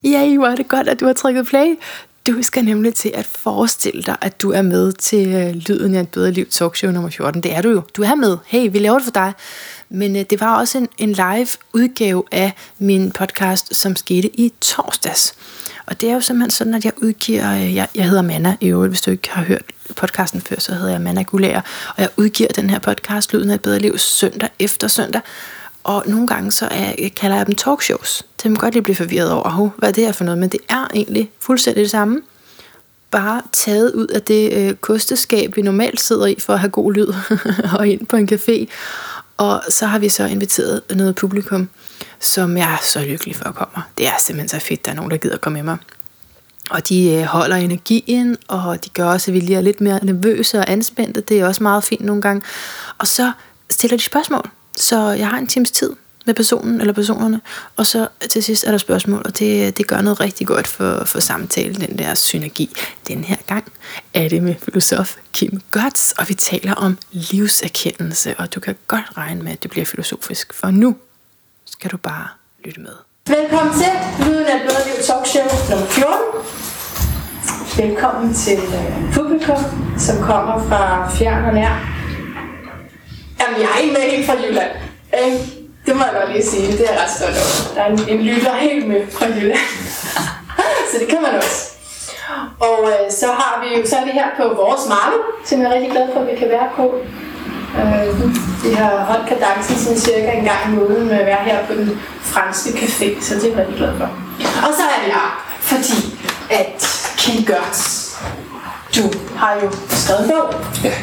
Ja, hvor er det godt, at du har trykket play. Du skal nemlig til at forestille dig, at du er med til Lyden af et bedre liv talkshow nummer 14. Det er du jo. Du er med. Hey, vi laver det for dig. Men det var også en live udgave af min podcast, som skete i torsdags. Og det er jo simpelthen sådan, at jeg udgiver, jeg hedder Manna i øvrigt, hvis du ikke har hørt podcasten før, så hedder jeg Manna Gulager. Og jeg udgiver den her podcast, Lyden af et bedre liv, søndag efter søndag. Og nogle gange så kalder jeg dem talkshows. Det kan man godt lige blive forvirret over, hvad er det her for noget? Men det er egentlig fuldstændig det samme. Bare taget ud af det kosteskab, vi normalt sidder i for at have god lyd, og ind på en café. Og så har vi så inviteret noget publikum, som jeg er så lykkelig for at komme. Det er simpelthen så fedt, der er nogen, der gider at komme med mig. Og de holder energien, og de gør også, at vi lige er lidt mere nervøse og anspændte. Det er også meget fint nogle gange. Og så stiller de spørgsmål. Så jeg har en times tid med personen eller personerne, og så til sidst er der spørgsmål, og det gør noget rigtig godt for samtalen, den der synergi. Den her gang er det med filosof Kim Götz, og vi taler om livserkendelse, og du kan godt regne med, at det bliver filosofisk, for nu skal du bare lytte med. Velkommen til Lyden af et bedre liv talkshow nummer 14. Velkommen til publikum, som kommer fra fjern og nær. Jamen, jeg er ikke med helt fra Jylland. Det må jeg godt lige sige. Det er jeg ret stolt over. Der er en lytter helt med fra Jylland. Så det kan man også. Og så er vi her på vores marked, som jeg er rigtig glad for, at vi kan være på. Vi har holdt kadencen sådan cirka en gang i måneden med at være her på den franske café, så det er jeg rigtig glad for. Og så er vi her, fordi at Kim Götz, du har jo skrevet en bog. Ja.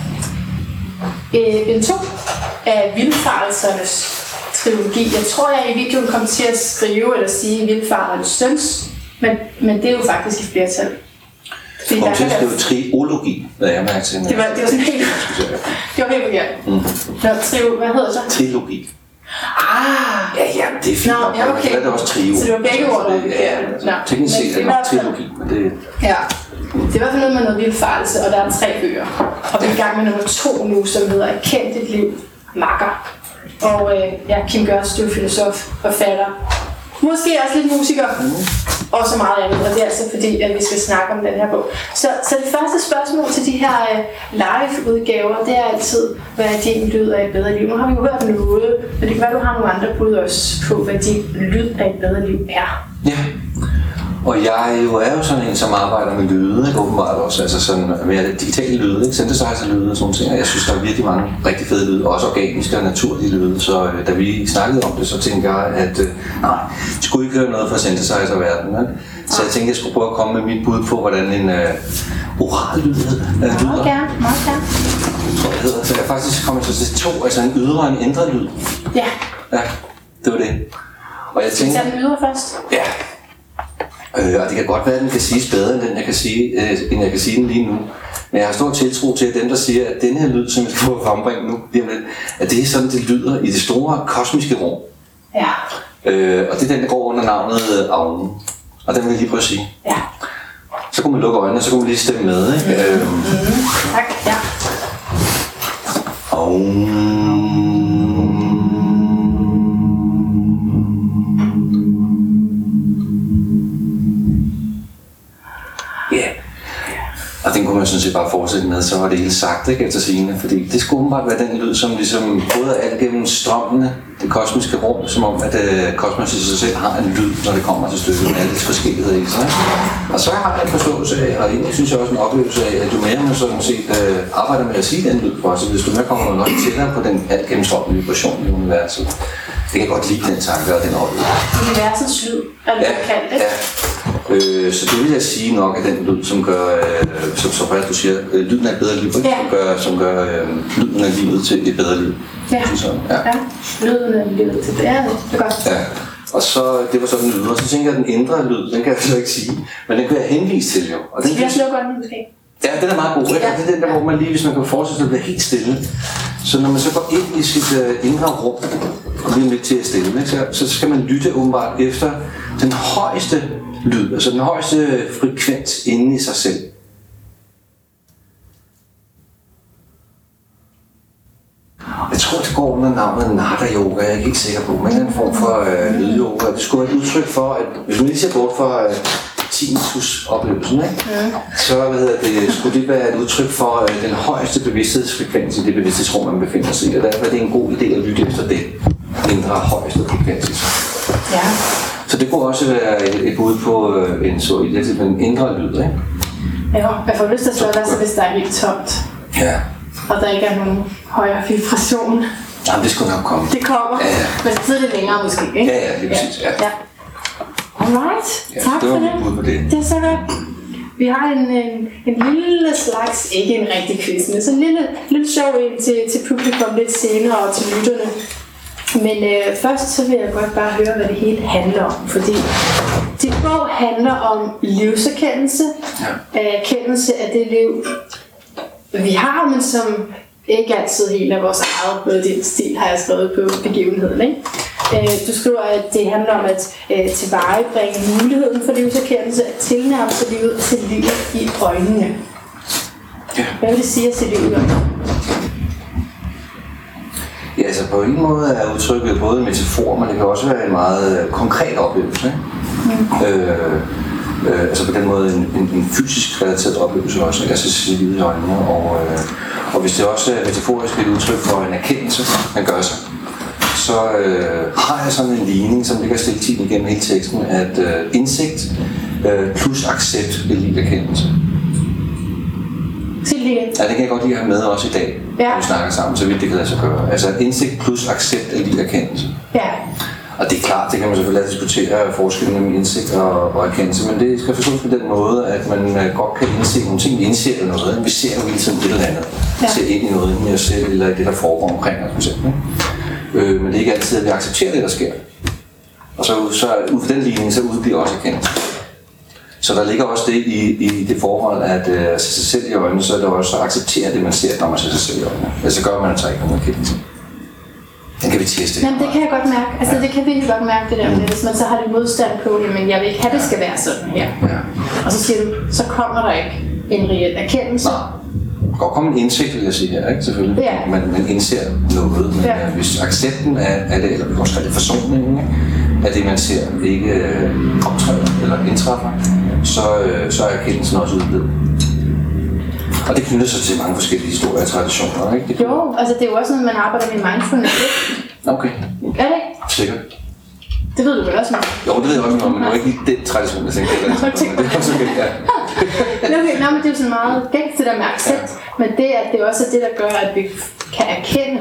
Bind 2 af Vildfarelsernes trilogi. Jeg tror, jeg i videoen kom til at skrive eller sige Vildfarelsernes søns, men det er jo faktisk i flertal. Du kom til at skrive triologi, hvad jeg mærker til. Det var sådan helt... Det var helt forkert. Hvad hedder det så? Trilogi. Ja, det er fint. Nå, ja, okay. Det er også trio. Så det var begge ord, ja, teknisk set er det nok trilogi, men det... Ja. Det er i hvert fald noget med noget vildfarelse, og der er 3 bøger. Og vi er i gang med nummer 2 nu, som hedder Erkend dit liv, makker. Og Kim Götz, du er filosof, forfatter, måske også lidt musiker, og så meget andet. Og det er altså fordi, at vi skal snakke om den her bog. Så det første spørgsmål til de her live-udgaver, det er altid, hvad er din lyd af et bedre liv? Nu har vi jo hørt noget, men det kan være, du har nogle andre bud også på, hvad din lyd af et bedre liv er. Ja. Og jeg er jo sådan en, som arbejder med lyde, ikke? Åbenbart også, altså sådan med digitale lyde, ikke? Synthesizer-lyde og sådan ting. Og jeg synes, der er virkelig mange rigtig fede lyde, også organiske og naturlige lyde. Så da vi snakkede om det, så tænkte jeg, at nej, vi skulle ikke høre noget fra synthesizer-verdenen. Ikke? Så jeg tænkte, jeg skulle prøve at komme med mit bud på, hvordan en oral lyd lyder. Meget gerne. Tror jeg hedder. Så jeg faktisk kommet til 2, altså en ydre og en indre lyd. Ja. Ja, det var det. Og jeg tænkte... Skal vi tage den ydre først? Ja. Og det kan godt være, at den kan siges bedre, end jeg kan sige den lige nu. Men jeg har stor tiltro til, at dem, der siger, at den her lyd, som jeg skal få frembringe nu, at det er sådan, det lyder i det store kosmiske rum. Ja. Og det er den, der går under navnet Aum. Og den vil jeg lige prøve at sige. Ja. Så kunne man lukke øjnene, og så kunne man lige stemme med, ikke? Tak, ja. Aum. Og den kunne man sådan set bare fortsætte med, så var det helt sagt, ikke, efter sigende, fordi det skulle åbenbart være den lyd, som ligesom både alt gennem strømmene, det kosmiske rum, som om at kosmos i sig selv har en lyd, når det kommer til stykket med alle dets forskelligheder i sig. Og så har jeg en forståelse af, og egentlig synes jeg også en oplevelse af, at jo mere man sådan set arbejder med at sige den lyd for os, hvis du mere kommer nok tættere på den alt gennemstrømmende vibration i universet. Det kan godt lide den tanke og den oplevelse. Universets lyd, er det kaldt det? Ja. Så det vil jeg sige nok af den lyd, som gør, som faktisk du siger, lyden af et bedre liv, ja. som gør lyden af livet til et bedre liv. Ja, lyden af livet til det er godt. Ja. Og så, det var så den ydre, så tænker jeg, at den indre lyd, den kan jeg så ikke sige, men den kan jeg henvise til jo. Og den skal jeg slukke øjnene måske? Ja, den er meget god, ikke? Ja. Det er den der, hvor man lige, hvis man kan forestille sig, at det bliver helt stille. Så når man så går ind i sit indre rum, og lige lidt til at stille, ikke? Så skal man lytte åbenbart efter den højeste lyd, altså den højeste frekvens inde i sig selv. Jeg tror, det går under navnet nada-yoga, jeg er ikke helt sikker på, men en form for lydyoga. Det skulle være et udtryk for, at hvis man lige ser bort fra tinnitus-oplevelsen, så skulle det være et udtryk for den højeste bevidsthedsfrekvens i det bevidsthedsrum, man befinder sig i. Og derfor er det en god idé at lytte efter det indre højeste frekvens. Ja. Så det kunne også være et bud på en indre lyd, ikke? Ja, jeg får lyst til at slå dig, hvis der er helt tomt. Ja. Og der ikke er nogen højere vibration. Jamen, det skulle nok komme. Det kommer, men så sidder det længere måske, ikke? Ja, lige præcis. Ja. Alright, tak det for var det. mit bud på det. Det er så godt. Vi har en lille slags, ikke en rigtig quiz, men sådan en lille sjov en til publikum lidt senere og til lytterne. Men først så vil jeg godt bare høre, hvad det hele handler om, fordi dit bog handler om livserkendelse, erkendelse af det liv, vi har, men som ikke altid helt er vores eget, på din stil har jeg skrevet på begivenheden, ikke? Du skriver, at det handler om at tilvejebringe muligheden for livserkendelse, at tilnærme sig livet og se livet i øjnene. Ja. Hvad vil det sige at se livet i øjnene? Ja, altså på en måde er udtrykket både en metafor, men det kan også være en meget konkret oplevelse. Altså på den måde en fysisk relateret oplevelse også, altså se livet i øjnene. Og hvis det også er metaforisk et udtryk for en erkendelse, man gør sig, så har jeg sådan en ligning, som ligger stiltidigt igennem hele teksten, at indsigt plus accept vil lige erkendelse. Ja, det kan jeg godt lide at have med også i dag, når vi snakker sammen, så vidt det kan lade sig gøre. Altså indsigt plus accept er lige erkendelse. Ja. Og det er klart, det kan man selvfølgelig diskutere forskellen mellem indsigt og erkendelse, men det skal forstås på den måde, at man godt kan indse nogle ting. Vi indser noget, vi ser jo hele tiden et eller andet. Vi ser ind i noget i os selv, eller i det, der foregår omkring os, for eksempel. Men det er ikke altid, at vi accepterer det, der sker. Og så ud fra den ligning, så udbliver også erkendelse. Så der ligger også det i det forhold, at se sig selv i øjnene, så er det også at acceptere det, man ser, når man ser sig selv i øjnene. Altså gør man altså ikke nogen erkendelse. Den kan vi teste. Jamen, det kan jeg godt mærke. Altså, det kan virkelig godt mærke det der. Hvis man så har det modstand på, jamen, jeg vil ikke have, det skal være sådan her. Ja. Og så siger du, så kommer der ikke en reel erkendelse. Nej. Der kan komme en indsigt, vil jeg sige her, ikke? Selvfølgelig. Ja. Man indser noget, men hvis accepten af det, eller vi kan også kalde det forsoningen, at det, man ser, ikke optræder eller indtræffer, så er erkendelsen også udblevet. Og det knytter sig til mange forskellige historier og traditioner, ikke? Jo, altså det er jo også noget, man arbejder med mindfulness, ikke? Okay. Er det ikke? Sikkert. Det ved du vel også, Jo, det ved jeg også, men det var ikke lige den tradition, jeg tænkte. Det er også okay, ja. Nå, men det er jo sådan meget gængs det der med accept, men det er også det, der gør, at vi kan erkende.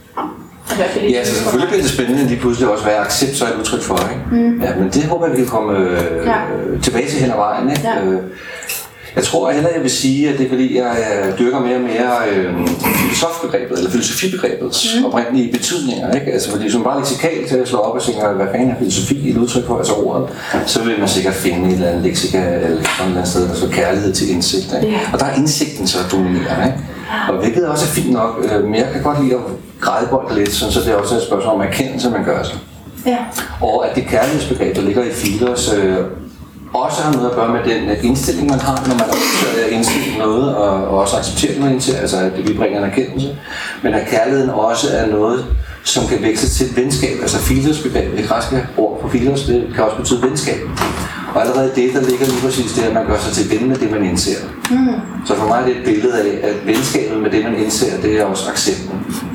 Ja, så selvfølgelig bliver det spændende lige pludselig også, hvad accept så er et udtryk for, ikke? Ja, men det håber jeg, vi kan komme tilbage til hen ad vejen, ikke? Jeg tror heller, jeg vil sige, at det er fordi, jeg dyrker mere og mere filosofbegrebet, eller filosofibegrebets oprindelige betydninger, ikke? Altså fordi hvis man bare leksikalt til at slå op og tænker, hvad fanden er filosofi et udtryk for, altså ordet, så vil man sikkert finde et eller andet leksika eller et eller andet sted, der så kærlighed til indsigt, ikke? Og der er indsigten så dominerende, ikke? Og hvilket også er fint nok, men jeg kan godt lide at gradbolde lidt, så det er også et spørgsmål om erkendelse, man gør sig. Ja. Og at det kærlighedsbegreb, der ligger i Fiedlers, også har noget at gøre med den indstilling, man har, når man opsøger at indstille noget, og også accepterer noget indtil, altså at vi bringer en erkendelse. Men at kærligheden også er noget, som kan veksles til et venskab. Altså Fiedlers begreb, det græske ord for Fiedlers, det kan også betyde venskab. Og allerede det, der ligger lige præcis det, at man gør sig til ven med det, man indser. Så for mig er det et billede af, at venskabet med det, man indser, det er også accepten.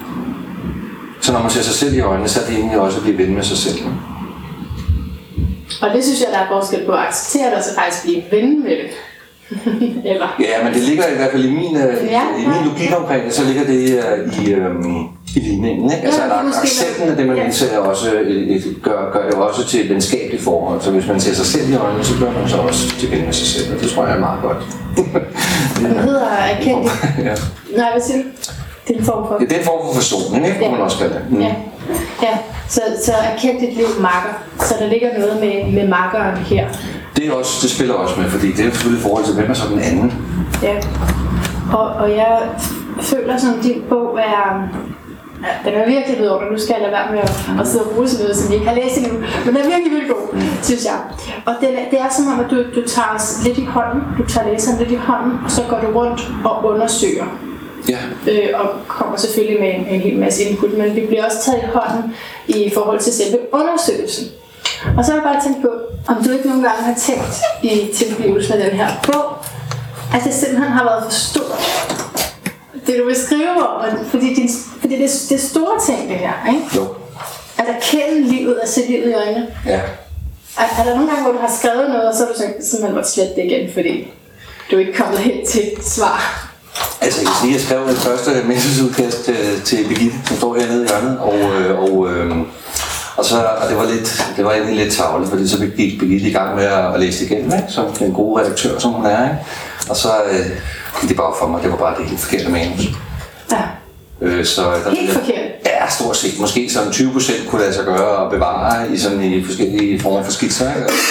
Så når man ser sig selv i øjnene, så er det egentlig også at blive ven med sig selv. Og det synes jeg, der er forskel på at acceptere det, og så faktisk blive ven med det. Eller? Ja, men det ligger i hvert fald i min logik omkring det, så ligger det i ligningen, ikke? Altså at accepten af det, man indser, også gør det også til et venskabeligt forhold. Så hvis man ser sig selv i øjnene, så gør man så også til ven med sig selv, og det tror jeg er meget godt. Hvad hedder erkendt? Nej, hvad siger du? Det er en form for... Ja, det er en form for forsoning, ikke? Må man også kalde det. Ja. Så erkendt dit liv makker. Så der ligger noget med makkeren her. Det spiller også med, fordi det er selvfølgelig i forhold til, hvem er så den anden. Ja. Og jeg føler sådan, at din bog er... Den er virkelig vidunderlig. Nu skal jeg lade være med at sidde og ruse noget, som jeg ikke har læst endnu. Men den er virkelig, virkelig god, synes jeg. Og det er som om, at du tager os lidt i hånden. Du tager læseren lidt i hånden, og så går du rundt og undersøger Og kommer selvfølgelig med en hel masse input, men vi bliver også taget i hånden i forhold til selve undersøgelsen. Og så har jeg bare tænkt på, om du ikke nogle gange har tænkt i tilblivelsen af den her bog, at det simpelthen har været for stort. Det du vil skrive om, fordi det er store ting det her, ikke? Jo. At erkende livet og se livet i øjnene. Ja. Er der nogle gange, hvor du har skrevet noget, og så har du simpelthen måtte slette det igen, fordi du ikke kommet hen til et svar? Altså jeg kan sige, at jeg skrev det første meldelsesudkast til Birgitte, som står hernede i hjørnet, og det var egentlig lidt tarveligt, fordi så gik Birgitte i gang med at læse igennem, ikke? Som en god redaktør, som hun er, ikke? Og så gik det bare for mig, det var bare det helt forkerte manus. Ja. Helt forkert? Ja, stort set. Måske sådan 20% kunne lade sig gøre og bevare i forskellige former for skitser.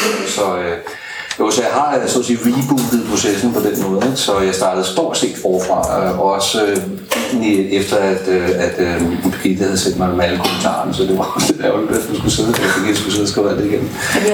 Så jeg har så at sige rebootet processen på den måde, så jeg startede stort set forfra, og også efter at Birgitte havde sendt mig med alle kommentarerne, så det var lidt ærgerligt, at du skulle sidde og skrive alt det igennem.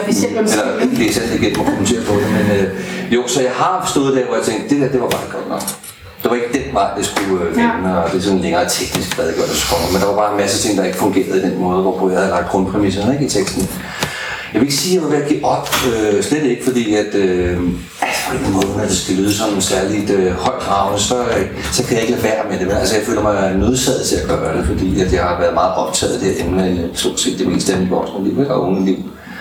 Eller læse alt det igennem og kommentere på det, men så jeg har stået der, hvor jeg tænkte, det var bare godt nok. Det var ikke den vej, det skulle vende, og det er sådan en længere teknisk redegørelse, men der var bare en masse ting, der ikke fungerede i den måde, hvorpå jeg havde lagt grundpræmisserne, ikke, i teksten. Jeg vil ikke sige, at jeg var ved at give op, slet ikke, fordi at på en måde, når det skal lyde som særligt højtravende, så kan jeg ikke lade være med det. Men altså, jeg føler mig nødsaget til at gøre det, fordi at jeg har været meget optaget af det her emne, stort set det meste af mit voksne liv og ungeliv.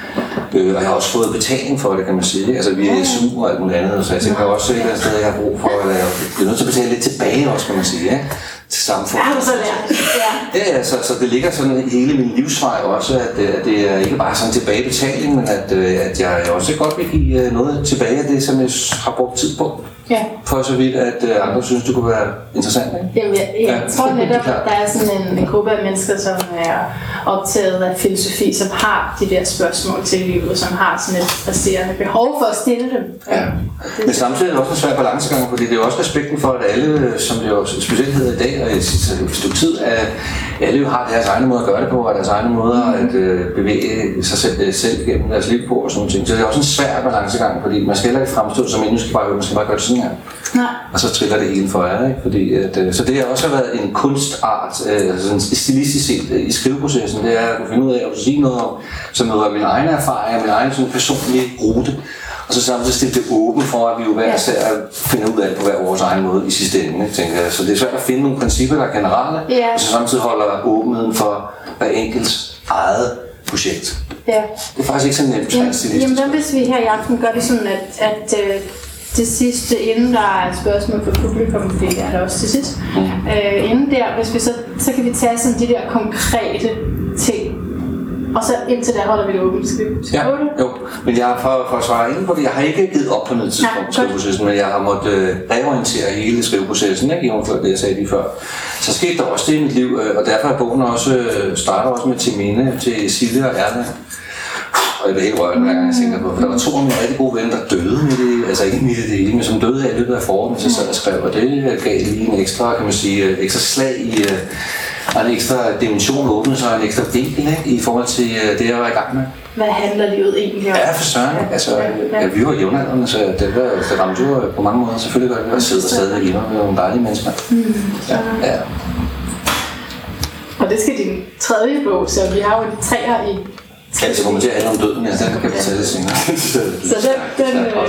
Og jeg har også fået betaling for det, kan man sige. Altså, vi er i SU og alt muligt andet, så jeg tænker også, at det er et sted, jeg har brug for, eller jeg bliver nødt til at betale lidt tilbage også, kan man sige, ja? Til samfundet. Er du så lært? Ja, så det ligger sådan i hele min livsvej også, at det er ikke bare sådan tilbagebetaling, men at jeg også godt vil give noget tilbage af det, som jeg har brugt tid på. Ja. For så vidt, at andre synes, det kunne være interessant, ikke? Jamen, jeg tror netop, at der er sådan en gruppe af mennesker, som er optaget af filosofi, som har de der spørgsmål til livet, som har sådan et baserende behov for at stille dem. Ja. Men samtidig er det også en svær balancegang, fordi det er jo også respekten for, at alle, som det jo specielt hedder i dag, og i et stykke tid, at alle jo har deres egne måde at gøre det på, og deres egne måder at bevæge sig selv gennem deres liv på og sådan noget. Så det er også en svær balancegang, fordi man skal heller ikke fremstå som en, man skal bare gøre det sådan her. Nej. Og så triller det hele for jer, ikke? Fordi så det har også været en kunstart, sådan stilistisk set i skriveprocessen, det er at kunne finde ud af at sige noget om, som møder mine egne erfaringer, min egen sådan personlige rute, og så samtidig stille det åbent for, at vi jo hver især finder ud af det på hver vores egen måde i sidste ende, tænker jeg. Så det er svært at finde nogle principper, der er generelle, og så samtidig holder åbenheden for hver enkelts eget projekt. Ja. Det er faktisk ikke så nemt stilistisk. Jamen, hvad hvis vi her i aften gør det sådan, at det sidste, inden der er et spørgsmål for publikum, det er der også til sidst, inden der, hvis vi så kan vi tage sådan de der konkrete ting, og så indtil der holder vi det åbent. Jo, men jeg har for at svare ind på det, jeg har ikke givet op på noget tidspunkt i skriveprocessen, men jeg har måttet reorientere hele skriveprocessen, ikke? Jævnfør det, jeg sagde lige før. Så skete der også det i mit liv, og derfor er bogen også, starter også med til minde til Silje og Erland. Og det er helt rørende, hver gang jeg tænker på, for der var 2 af mine rigtig gode venner, der døde midt i, altså ikke midt i det hele, men som døde her i løbet af foråret, mens jeg sad og skrev, og det gav lige en ekstra, kan man sige, ekstra slag i, og en ekstra dimension åbnede sig, en ekstra vinkel, ikke, i forhold til det, jeg var i gang med. Hvad handler livet egentlig om? Ja, for søren. Altså, vi var jævnaldrende, så det ramte jo på mange måder selvfølgelig godt, at sidde stadigvæk hjemme med nogle dejlige mennesker. Ja. Og det skal din 3. bog, så vi har jo de 3'er i. Ja, så kommer til at handle om døden, den kan vi tage det senere. Så det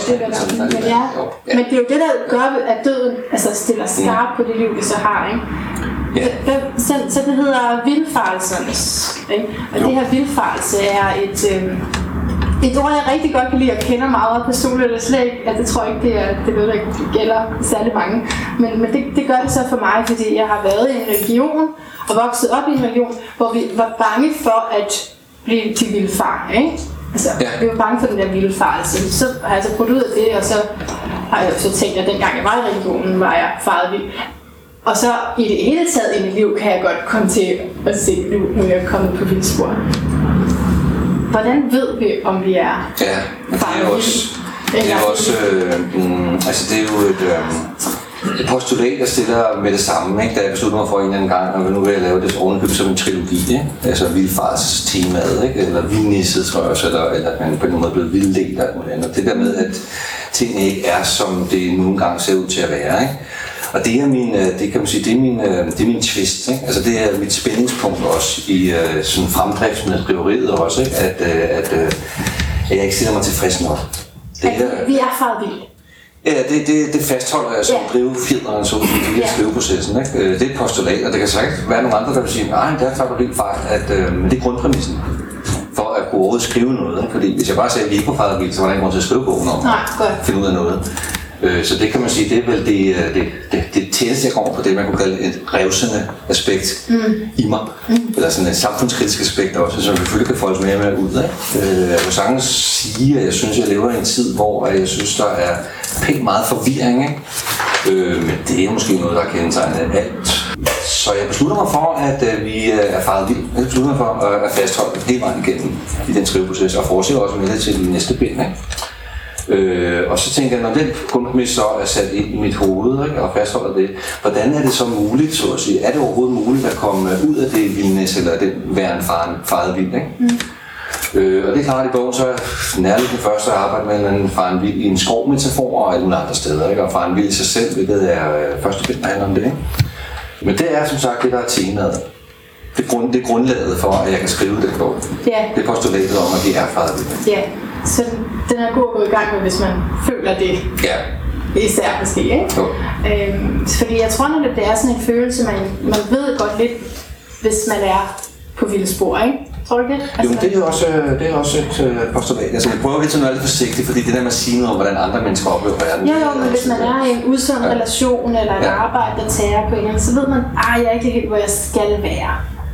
men det er jo det, der gør, at døden stiller skarpt på det liv, vi så har, ikke? Ja. Så det hedder vildfarelsernes, ikke? Og det her vildfarelse er et ord, jeg rigtig godt kan lide og kender meget personligt, eller slet ikke, at det tror jeg ikke, det er noget, der gælder særlig mange. Men det gør det så for mig, fordi jeg har været i en religion og vokset op i en religion, hvor vi var bange for at blive til vildfar, ikke? Altså, vi var bange for den der vildfarelse. Så har jeg brudt ud af det, og så har jeg så tænkt, at dengang jeg var i religionen, var jeg faret vild. Og så i det hele taget i mit liv, kan jeg godt komme til at se, nu er jeg kommet på vildspor. Hvordan ved vi, om vi er faret vild? Det er også, altså det er jo et postulat, jeg stiller med det samme, ikke? Da jeg besluttede mig for en eller anden gang, og nu vil jeg lave det ovenikøbet som en trilogi, ikke? Altså vildfartstemaet, ikke? Eller vildnisset, tror jeg også, eller at man på en måde er blevet vildledt. Det der med, at tingene ikke er, som det nogle gange ser ud til at være, ikke? Og det er min twist, ikke? Altså det er mit spændingspunkt også i sådan fremdrift med skriveriet også, ikke? At jeg ikke stiller mig tilfreds nok. Vi er faret vildt. Ja, det fastholder jeg som drivfjederen så i skriveprocessen, ikke? Det er et postulat, og det kan sagt være nogle andre, der vil sige, nej, der tager du helt fejl, men det er grundpræmissen for at kunne overhovedet skrive noget, ikke? Fordi hvis jeg bare sagde, at vi ikke var faret vildt, så var der ikke grund til at skrive bogen om at finde ud af noget. Så det kan man sige, det er vel det tætteste, jeg kommer på det, man kunne kalde et revsende aspekt i mig. Eller sådan et samfundskritisk aspekt også, som selvfølgelig kan foldes mere og mere ud af. Jeg kan sagtens sige, at jeg synes, jeg lever i en tid, hvor jeg synes, der er pænt meget forvirring, ikke? Men det er måske noget, der kendetegner alt. Så jeg beslutter mig for, at vi er faret vildt. Jeg beslutter mig for at fastholde hele vejen igennem i den skriveproces, og fortsætter også med det til de næste bind, ikke? Og så tænker jeg, når den kompromis så er sat ind i mit hoved, ikke, og fastholder det, hvordan er det så muligt, så at sige? Er det overhovedet muligt at komme ud af det vildnæs, eller den væren faret vild, ikke? Og det er klart, i bogen så er nærliggende først at arbejde med en faren vild i en skovmetafor og alle andre steder, ikke? Og faren vild i sig selv, hvilket er første bind, der handler om det, ikke? Men det er som sagt det, der er temaet. Det er grundlaget for, at jeg kan skrive den bog. Ja. Det er postulatet om, at de er faret vildt. Ja, så den er god at gå i gang med, hvis man føler det. Ja. Især måske, ikke? Jo. Fordi jeg tror, at det er sådan en følelse, man ved godt lidt, hvis man er på vilde spor, ikke? Tror du det? Altså, jo, men det er også et postulat. Altså, jeg prøver lidt sådan noget lidt forsigtigt, fordi det der med at sige noget om, hvordan andre mennesker oplever verden. Jo, men hvis man er i en usund relation, eller et arbejde, der tager på en eller anden, så ved man, jeg er ikke helt, hvor jeg skal være.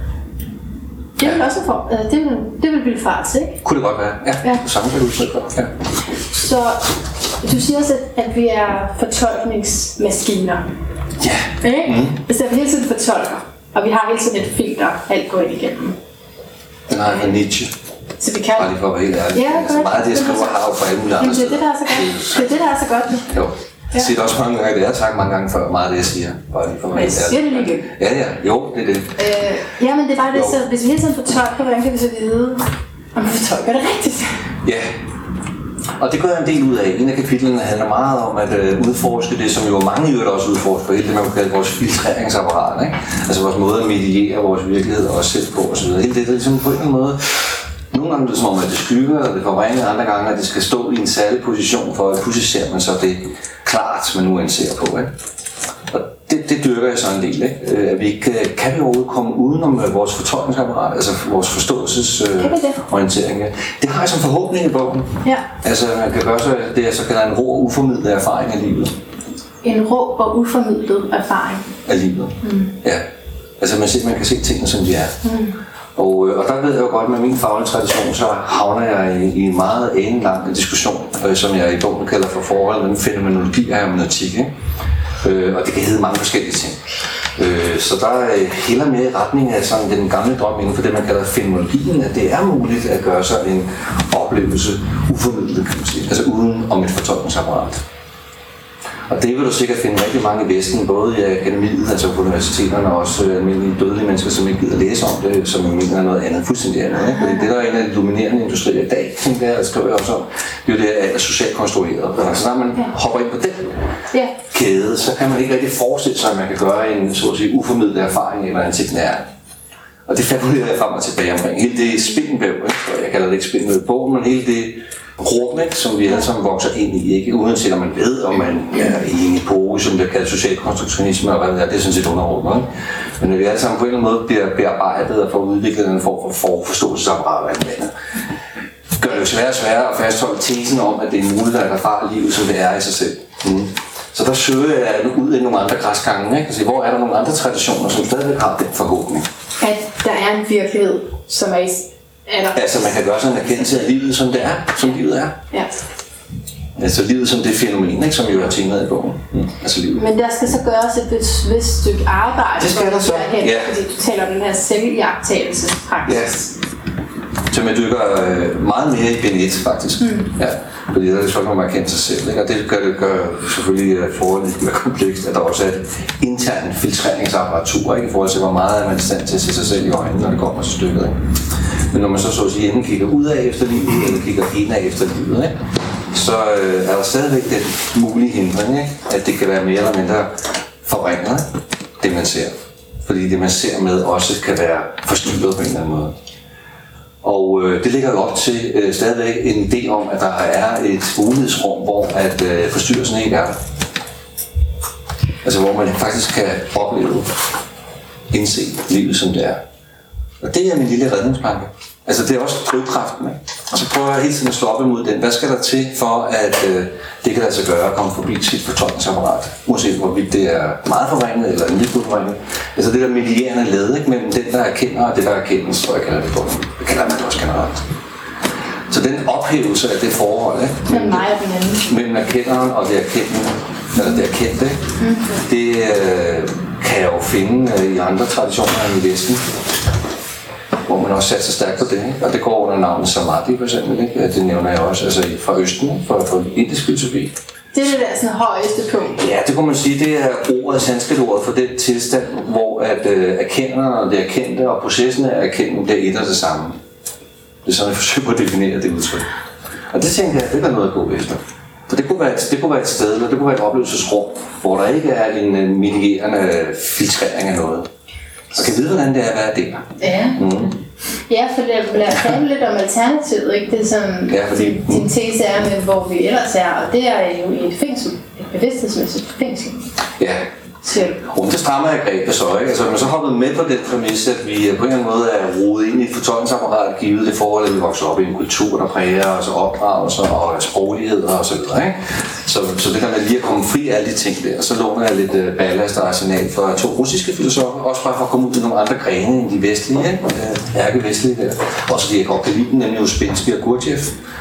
Det er vel også det vil vildfarts, ikke? Kunne det godt være, ja. Samme kan du udtrykke for, ja. Så du siger også, at vi er fortolkningsmaskiner. Ja. Ikke? Så vi hele tiden fortolker, og vi har hele tiden et filter, alt går ind igennem. Den har jeg Nietzsche. Så vi kan... Bare lige for at være helt ærlig. Ja, altså, meget af det, jeg skriver, har jo for alle mulige andre det er det, der er så godt. Det er det, der er så godt. Jo. Jeg siger det også mange gange, det har jeg sagt mange gange før, meget af det, jeg siger. Bare lige for at være helt ærlig. Men jeg siger det lige igen. Ja, jo, det er det. Ja, men det er bare det, så hvis vi hele tiden fortolker, hvordan kan vi så vide, om vi fortolker det rigtigt? Ja. Og det gør jeg en del ud af. En af kapitlerne handler meget om at udforske det, som jo mange i øvrigt også udforsker, hele det, man kan kalde vores filtreringsapparat, ikke? Altså vores måde at mediere vores virkelighed og os selv på osv. Hele det er ligesom på en eller anden måde. Nogle gange er det som om, at det skygger, og det forvrænger, andre gange, at det skal stå i en særlig position, for at pludselig ser man så det klart, man nu anser på, ikke? Og det dyrker jeg så en del, ikke? At vi ikke kan vi overhovedet komme udenom vores fortolkningsapparat, altså vores forståelsesorientering. Ja. Det har jeg som forhåbning i bogen. Ja. Altså man kan gøre så det, jeg så kalder en rå og uformidlet erfaring af livet. En rå og uformidlet erfaring af livet. Ja. Altså man kan se tingene, som de er. Og der ved jeg jo godt, med min faglige tradition, så havner jeg i en meget lang diskussion, som jeg i bogen kalder for forholdet mellem fænomenologi og hermeneutik, ikke? Og det kan hedde mange forskellige ting. Så der er heller mere i retning af sådan den gamle drøm inden for det, man kalder fænomenologien, at det er muligt at gøre sig en oplevelse uformidlet, kan man sige, altså uden om et fortolkningsapparat. Og det vil du sikkert finde rigtig mange i Vesten, både i akademiet, altså på universiteterne, og også almindelige dødelige mennesker, som ikke gider læse om det, som mener er noget andet, fuldstændig andet. Ikke? Fordi det, der er en af de dominerende industrier i dag, tænker jeg, skriver jeg også om, det er jo det, at alt er socialt konstrueret. Så når man hopper ind på den kæde, så kan man ikke rigtig forestille sig, at man kan gøre en så at sige uformidlet erfaring af, hvordan tingene er. Og det fabulerer jeg frem og tilbage omkring. Hele det spindelvæv, jeg kalder det ikke spindelvæv i bogen, men hele det rum, som vi alle sammen vokser ind i, ikke? Uanset om man ved, om man er i en epoge, som der kalder social konstruktionisme, og hvad det er sådan set underordnet. Men når vi alle sammen på en eller anden måde bliver bearbejdet og får udviklet en form for forståelsesapparat af hinanden, gør det jo sværere og sværere at fastholde tesen om, at det er muligt at erfare livet, som det er i sig selv. Så der søger jeg ud i nogle andre græsgange, ikke? Altså, hvor er der nogle andre traditioner, som stadigvæk har den forhåbning? At der er en virkelighed, som er altså man kan gøre sådan en erkendelse af livet, som det er, som livet er. Ja. Altså livet som det fænomen, ikke, som jo er temaet i bogen. Altså livet. Men der skal så gøres et vist stykke arbejde, det skal der så. Ja. Fordi du taler om den her selviagttagelsespraksis. Ja. Som jeg dykker meget mere i bind 1, faktisk. Ja. Fordi der er det sådan, man erkender sig selv. Ikke? Og det gør selvfølgelig forholdet lidt mere komplekst, at der også er et internt filtreringsapparatur, ikke? I forhold til, hvor meget er man i stand til at se sig selv i øjnene, når det kommer til stykket. Ikke? Men når man så at sige enten kigger ud af efter livet, eller kigger indad efter livet, ikke? Så er der stadigvæk den mulige hindring, ikke? At det kan være mere eller mindre forringer det, man ser. Fordi det, man ser med, også kan være forstyrret på en eller anden måde. Og det ligger jo op til stadigvæk en idé om, at der er et mulighedsrum, hvor at forstyrrelsen ikke er der. Altså hvor man faktisk kan opleve, indse livet, som det er. Og det er min lille redningsplanke. Altså det er også drivkraften, ikke? Og så prøver jeg hele tiden at slå op imod den. Hvad skal der til for, at det kan lade sig gøre at komme forbi sit fortolkningsapparat? Uanset hvorvidt det er meget forringet eller en lille forringet. Altså det der medierende led, ikke? Mellem den, der erkender og det, der erkendes, tror jeg kalder det på. Det kalder man det også generelt. Så den ophævelse af det forhold, ikke? Mellem mig og den anden. Mellem erkenderen og det erkendende, eller det erkendte, det kan jeg jo finde i andre traditioner end i Vesten, hvor man også sætter sig stærkt på det, ikke? Og det går under navnet Samadhi for eksempel, ikke? Det nævner jeg også, altså fra Østen, for indisk filosofi. Det er det der sådan højeste punkt. Ja, det kunne man sige, det er ordet, sanskritordet for den tilstand, hvor at erkenderen og det erkendte og processen af erkendelsen bliver et og det samme. Det er sådan, jeg forsøger på at definere det udtryk. Og det tænker jeg, det er noget at gå efter. For det kunne være et sted, eller det kunne være et oplevelsesrum, hvor der ikke er en mitigerende filtrering af noget. Og kan vide, hvordan det er at være der. Ja. Ja, for lad os tale lidt om alternativet, ikke? Det er sådan, din tese er med, hvor vi ellers er, og det er jo i et fængsel, et bevidsthedsmæssigt fængsel. Ja. Det strammer jeg grebet så, ikke? Altså, man så hoppet med på den præmis, at vi på en eller anden måde er rodet ind i et fortolkningsapparat, givet det forhold, at vi vokser op i en kultur, der præger os og opdragelser og sprogligheder og så videre, ikke? Så det der med lige at komme fri af alle de ting der, så låner jeg lidt ballast og arsenal fra 2 russiske filosofer, også bare for at komme ud til nogle andre grene end de vestlige, ærkevestlige der. Også de jeg godt kan lide dem, nemlig Uspensky og Gurdjieff.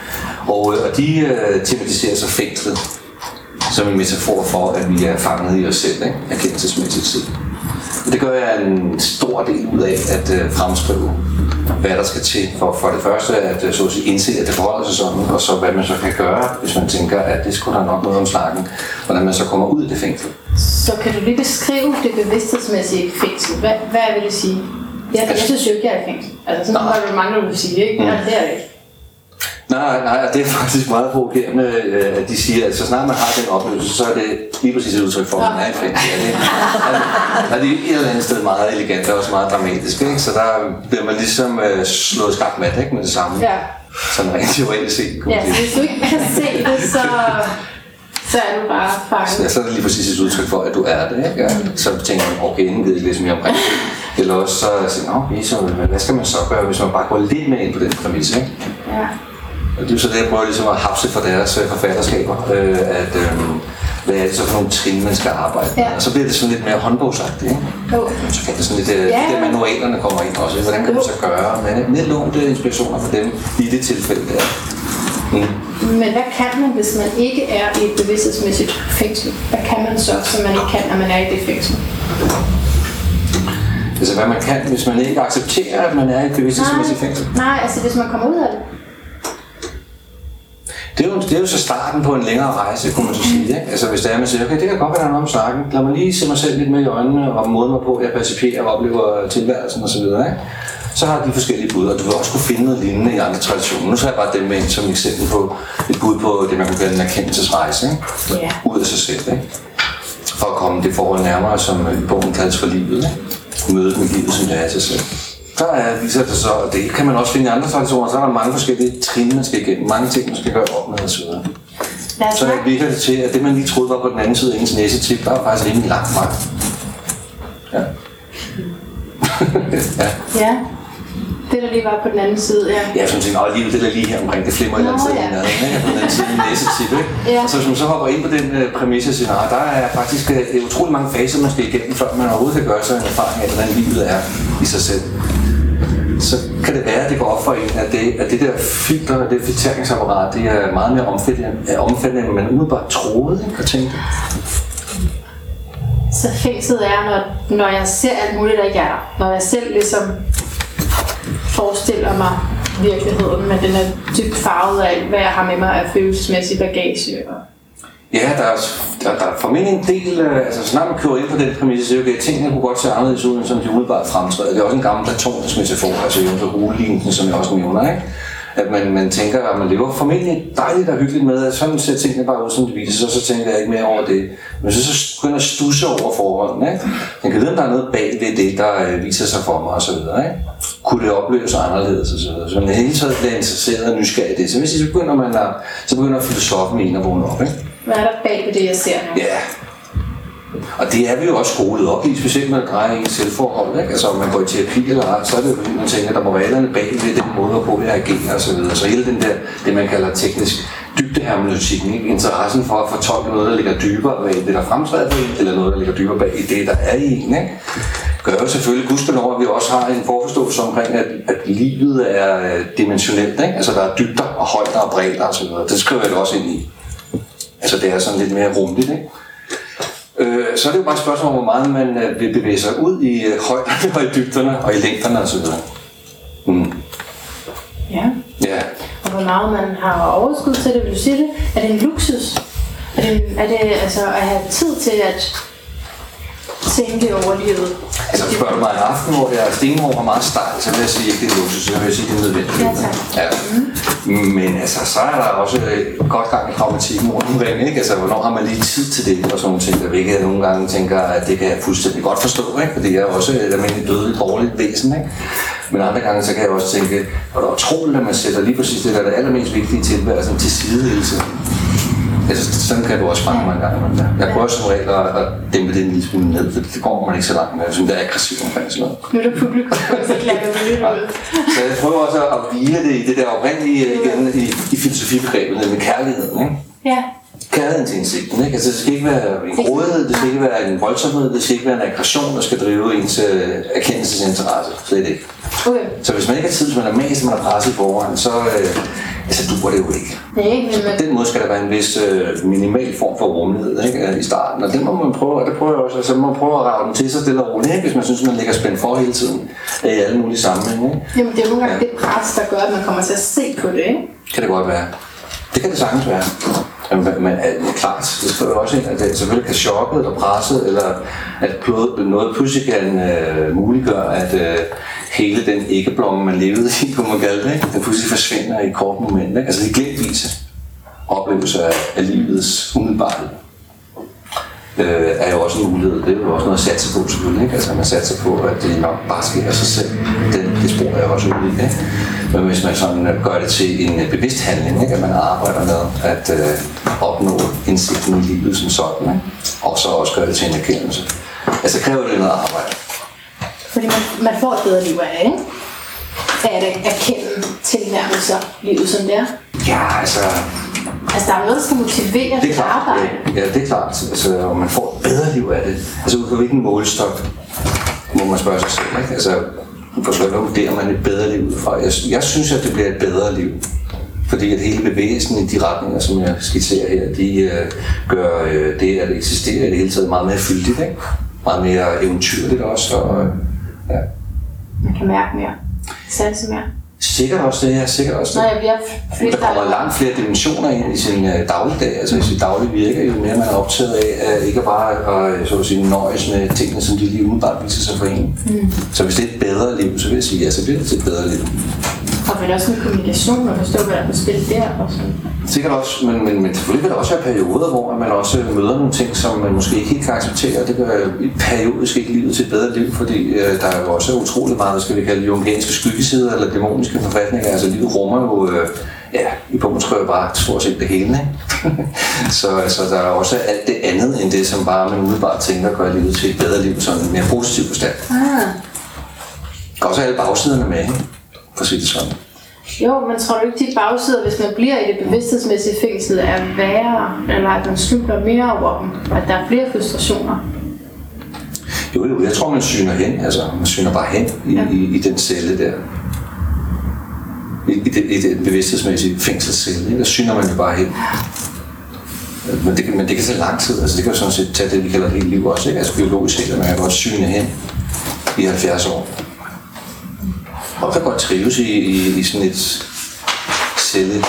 Og de tematiserer sig fængslet som en metafor for, at vi er fanget i os selv, ikke? Erkendelsesmæssigt set. Og det gør jeg en stor del ud af at fremskrive, hvad der skal til for det første at så at sige, indse, at det forholder sig sådan, og så hvad man så kan gøre, hvis man tænker, at det skulle der nok noget om snakken, hvordan man så kommer ud af det fængsel. Så kan du lige beskrive det bevidsthedsmæssige fængsel? Hvad vil det sige? Jeg synes jo ikke, jeg er i fængsel. Altså sådan var det mange, der vil sige, ikke? Ja, det er det ikke. Nej, det er faktisk meget provokerende, at de siger, at så snart man har den oplevelse, så er det lige præcis et udtryk for, at man er i fængsel. Det er et eller andet sted meget elegant og også meget dramatisk, ikke? Så der bliver man ligesom slået skak mat, ikke? Med det samme. Ja. Sådan rent teoretisk set. Ja, så hvis du ikke kan se det, så er du bare fanget. Ja, så er det lige præcis et udtryk for, at du er det, ikke? Ja. Så tænker man, okay, inden ved jeg lidt mere omkring det. Eller også så siger man, okay, så hvad skal man så gøre, hvis man bare går lidt mere ind på den præmis, ikke? Ja. Og det er jo så det, jeg prøver ligesom at hapse for deres forfatterskaber, at hvad er det så for nogle trin, man skal arbejde med. Og så bliver det sådan lidt mere håndbogsagtigt, ikke? Så kan det sådan lidt, de der manualerne kommer ind også, hvordan kan man så gøre, men lidt lånte inspirationer for dem i det tilfælde der. Men hvad kan man, hvis man ikke er i et bevidsthedsmæssigt fængsel? Hvad kan man så, som man ikke kan, når man er i det fængsel? Altså hvad man kan, hvis man ikke accepterer, at man er i et bevidsthedsmæssigt fængsel? Nej, altså hvis man kommer ud af det. Det er jo så starten på en længere rejse, kunne man så sige, ikke? Altså hvis det er, man siger, okay, det kan godt være, der er noget om snakken. Lad mig lige se mig selv lidt med i øjnene og måde mig på, at jeg perciperer og oplever tilværelsen osv., ikke? Så har de forskellige bud, og du vil også kunne finde noget lignende i andre traditioner. Nu tager jeg bare dem med ind som eksempel på et bud på det, man kunne kalde en erkendelsesrejse, ikke? Yeah. Ud af sig selv, ikke? For at komme det forhold nærmere, som i bogen kaldes for livet, ikke? Mødet med livet, som det er til selv. Der viser det så, og det kan man også finde i andre traditioner, så er der mange forskellige trin, man skal igennem, mange ting, man skal gøre op med osv. Så virker det til, at det, man lige troede var på den anden side af ens næsetip, der er faktisk rimelig langt vej. Ja. Ja. Det, der lige var på den anden side, ja. Ja, som tænker, livet det der lige her omkring, det flimmer et eller andet sted på den anden side af næsetip, ikke? Ja. Og så hvis man så hopper ind på den præmis og siger, der er faktisk utrolig mange faser, man skal igennem, før man overhovedet kan gøre sig en erfaring af, hvordan livet er i sig selv. Så kan det være, at det går op for en, at det der filter, det filtreringsapparat, det er meget mere omfattende, end man umiddelbart troede, ikke? Og tænkte. Så fængslet er, når jeg ser alt muligt, der ikke er der. Når jeg selv ligesom forestiller mig virkeligheden, men den er dybt farvet af, hvad jeg har med mig af følelsesmæssig bagage. Ja, der er formentlig en del, altså snart man kører ind på den præmisse, så okay, tingene kunne godt se anderledes ud, end som de umiddelbart fremtræder. Det er også en gammel platonisk metafor, altså Jens og Rulinken, som jeg også nævner, ikke? at man tænker, at man lever formentlig dejligt og hyggeligt med, at sådan ser tingene bare ud, som det viser sig, så tænker jeg ikke mere over det. Men så begynder jeg at studse over forholdene, ikke? Jeg kan vide, om der er noget bag ved det, der viser sig for mig og så videre, ikke? Kunne det opleves anderledes og så videre. Så man hele tiden bliver interesseret og nysgerrig i det. Så hvis så begynder filosofen en at vågne op, ikke? Hvad er der bag ved det, jeg ser nu? Ja. Og det er vi jo også skolet op i, specielt når det drejer ens selvforhold, ikke? Altså om man går i terapi eller ej, så er det jo fordi man tænker, at der må være et eller andet bag ved den måde, hvorpå jeg agerer og så videre. Så hele den der, det man kalder teknisk dybdehermeneutikken, ikke? Interessen for at fortolke noget, der ligger dybere bag det, der fremtræder på en, eller noget, der ligger dybere bag det, der er i en, ikke? Gør jo selvfølgelig gudskelov, at vi også har en forforståelse omkring, at livet er dimensionelt, ikke? Altså der er dybder og højder og bredder og så videre. Det skriver jeg også ind i. Altså det er sådan lidt mere rumligt, ikke? Så er det jo bare et spørgsmål om, hvor meget man vil bevæge sig ud i højderne og i dybderne og i længderne og så videre. Ja. Ja. Og hvor meget man har overskud til det, vil du sige det? Er det en luksus? Er det altså at have tid til at tænke over livet? Altså spørger du mig en aften, hvor jeg stenhår var meget stejl, så vil jeg sige, at det er luksus, så vil jeg sige, at det er nødvendigt. Ja, tak. Ja. Men altså, så er der også godt gang i traumatikken rundt omkring, ikke? Altså, hvornår har man lige tid til det, og sådan nogle ting, der hvilket jeg nogle gange tænker, at det kan jeg fuldstændig godt forstå, ikke? Fordi jeg er også et almindeligt dødeligt, dårligt væsen, ikke? Men andre gange, så kan jeg også tænke, at det er utroligt, at man sætter lige præcis det, der er det allermest vigtige i tilværelsen til side hele tiden. Altså, sådan kan du også fange mig en gang. Jeg prøver som regel at dæmpe det en lille smule ned, for det kommer man ikke så langt med. Jeg synes, det er aggressivt omkring sådan noget. Nu er der publikum, så klakker vi lidt ud. Så jeg prøver også at hvile det i det der oprindelige igen i filosofibegrebet, med kærligheden, ikke? Ja. Kærligheden til indsigten, ikke? Altså, det skal ikke være en grådighed, det skal ikke være en voldsomhed, det skal ikke være en aggression, der skal drive ens erkendelsesinteresse. Slet ikke. Okay. Så hvis man ikke har tid, hvis man er mest, man er presset forvejen, så duer det jo ikke. På den måde skal der være en vis minimal form for rummelighed, ikke? I starten. Og det må man prøve, og det prøver jeg også. Altså, man må prøve at rave den til sig stille og roligt, ikke? Hvis man synes, man ligger spændt for hele tiden i alle mulige sammenhænge. Ikke? Jamen, det er jo nogle gange det pres, der gør, at man kommer til at se på det, ikke? Kan det godt være. Det kan det sagtens være. Men klart, det skriver også ind, at det selvfølgelig kan chokke eller presset, eller at noget pludselig kan muliggøre, at hele den æggeblomme, man levede i, kunne man kalde det, ikke? Den pludselig forsvinder i et kort moment. Ikke? Altså det glemvise oplevelser af livets umiddelbarhed er jo også en mulighed. Det er jo også noget at satse på selvfølgelig. Ikke? Altså man satser på, at det nok bare sker af sig selv. Det spor er også ude i. Ikke? Men hvis man sådan gør det til en bevidst handling, ikke? At man arbejder med at opnå indsigten i livet som sådan, ikke? Og så også gøre det til en erkendelse. Altså kræver det noget arbejde. Fordi man får et bedre liv af, ikke? At erkende tilnærmelser livet som det er. Ja, altså der er noget, der skal motivere til arbejde. Ja, det er klart. Altså, og man får et bedre liv af det. Altså ud fra hvilken målestok må man spørge sig selv, ikke? Altså, hvad vurderer man et bedre liv ud fra? Jeg synes, at det bliver et bedre liv. Fordi at hele bevægelsen i de retninger, som jeg skitserer her, de gør det at eksistere i det hele taget meget mere fyldigt, ikke? Meget mere eventyrligt også. Og, ja. Man kan mærke mere. Sanse mere. Sikkert også det, sikkert også det. Der kommer langt flere dimensioner ind i sin dagligdag, altså i sit daglige virke, jo mere man er optaget af, ikke bare at så at sige, nøjes med tingene, som de lige umiddelbart viser sig for en. Så hvis det er et bedre liv, så vil jeg sige, ja, så bliver det til et bedre liv. Og vel også en kommunikation, og forstå, hvad der er på spil der og sådan. Sikkert også, men selvfølgelig vil der også være perioder, hvor man også møder nogle ting, som man måske ikke helt kan acceptere. Det gør periodisk ikke livet til et bedre liv, fordi der er jo også utroligt meget, hvad skal vi kalde jungianske skyggesider eller dæmoniske forfatninger. Altså livet rummer jo, i punkten skriver bare stort set det hele, ikke? så der er også alt det andet end det, som bare man umiddelbart tænker gør livet til et bedre liv, sådan en mere positiv forstand. Der er også alle bagsiderne med, ikke? For at sige det sådan. Jo, men tror du ikke, de bagsider, hvis man bliver i det bevidsthedsmæssige fængsel, er værre, eller at man slumper mere over dem, at der er flere frustrationer? Jo, jeg tror, man syner hen, altså man syner bare hen i den celle der. I den bevidsthedsmæssige fængselscelle, ikke? Der syner man jo bare hen. Men det kan tage lang tid, altså det kan jo sådan set tage det, vi kalder et helt liv også, ikke? Altså biologisk set, at man kan godt syne hen i 70 år. Og kan godt trives i sådan et celleliv.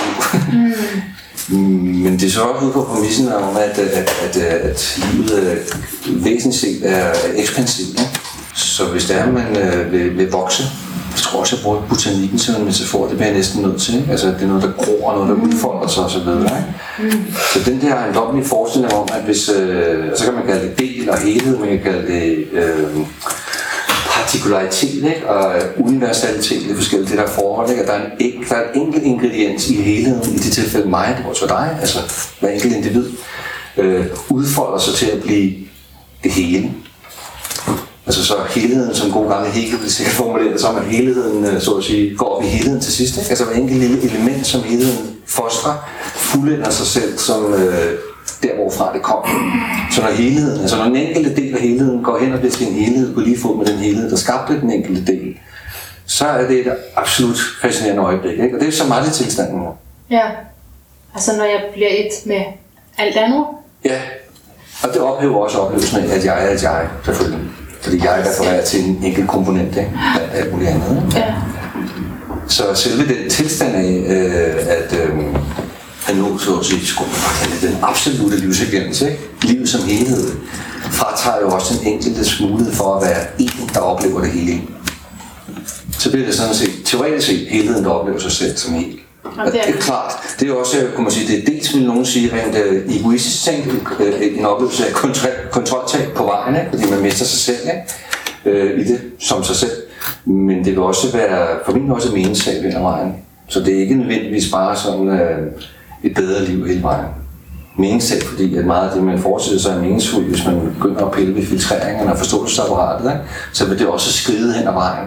Men det er så også ude på præmissen om, at livet væsentligt set er ekspansivt. Så hvis det er, at man vil vokse Jeg tror også, jeg bruger botanikken som en metafor, det bliver jeg næsten nødt til. Ikke? Altså, det er noget, der gror, noget, der udfolder sig osv. Så den der ejendommelige forestilling om, at hvis, så kan man kalde det del og helhed, man kan kalde det partikularitet, ikke? Og universalitet, det er forskelligt, det der forhold, ikke? At der er en enkelt ingrediens i helheden, i det tilfælde mig, det var for dig, altså hver enkelt individ, udfolder sig til at blive det hele. Altså så helheden, som god gamle Hegel vil sikkert formulere det som, at helheden, så at sige, går op i helheden til sidst. Ikke? Altså hver enkelt lille element, som helheden fostrer, fuldender sig selv som der, hvorfra det kommer. Så når helheden, altså når den enkelte del af helheden går hen og bliver til en helhed på lige fod med den helhed, der skabte den enkelte del, så er det et absolut fascinerende øjeblik. Ikke? Og det er så meget i tilstanden nu. Ja, altså når jeg bliver et med alt andet. Ja, og det ophæver også oplevelsen af, at jeg er et jeg, selvfølgelig. Fordi jeg refererer til en enkelt komponent, ikke? Alt muligt andet. Ikke? Ja. Så selve den tilstand af, at nu så at sige, skulle man bare kalde den absolute livserkendelse, ikke? Livet som helhed, fratager jo også den enkeltes mulighed for at være en, der oplever det hele. Så bliver det sådan set, teoretisk set, helheden, der oplever sig selv som helt. Og det er klart, det er også, kunne man sige, det er dels, vil nogen sige, rent egoistisk tænkt, en oplevelse af kontroltab på vejen, ikke? Fordi man mister sig selv, ikke? I det, som sig selv. Men det vil også være, formentlig også et meningssag ved vejen. Så det er ikke nødvendigvis bare sådan et bedre liv hele vejen. Meningssag, fordi at meget af det, man forestiller sig, er meningsfuldt, hvis man begynder at pille ved filtreringerne og forståelsesapparatet, ikke? Så vil det også skride hen ad vejen.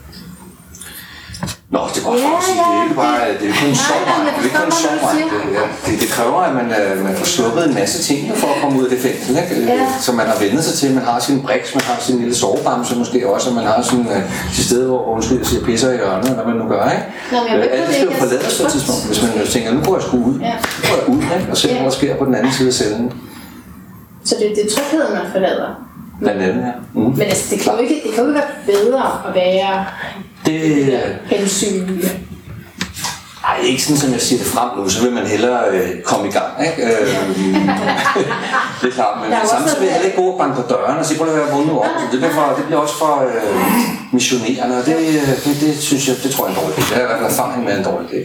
Nå, det var for at sige, det er ikke bare, det er kun sovvej, det er kun sovvej. Det kræver, at man får sluppet en masse ting for at komme ud af det fængsel, ikke? Så man har vendt sig til, man har sin briks, man har sin lille sovebamse måske også, og man har sådan til sted, hvor undskyld, jeg siger pisser i hjørnet, eller hvad man nu gør, ikke? Alt det skal jo forlades på et tidspunkt, hvis man tænker, nu går jeg sgu ud, nu går jeg ud, ikke? Og se, hvad der sker på den anden side af cellen. Så det er trygheden, man forlader? Blandt andet, ja. Men altså, det kan jo ikke være bedre at være hensyn. Nej, ikke sådan, som jeg siger det frem nu, så vil man hellere komme i gang, ikke? Det er klart, men samtidig vil jeg heller ikke gå og banke på døren og sige, prøv at være vundet op. Det bliver også for missionerende, og det synes jeg, det tror jeg er en dårlig idé. Det har i hvert fald erfaring med en dårlig idé.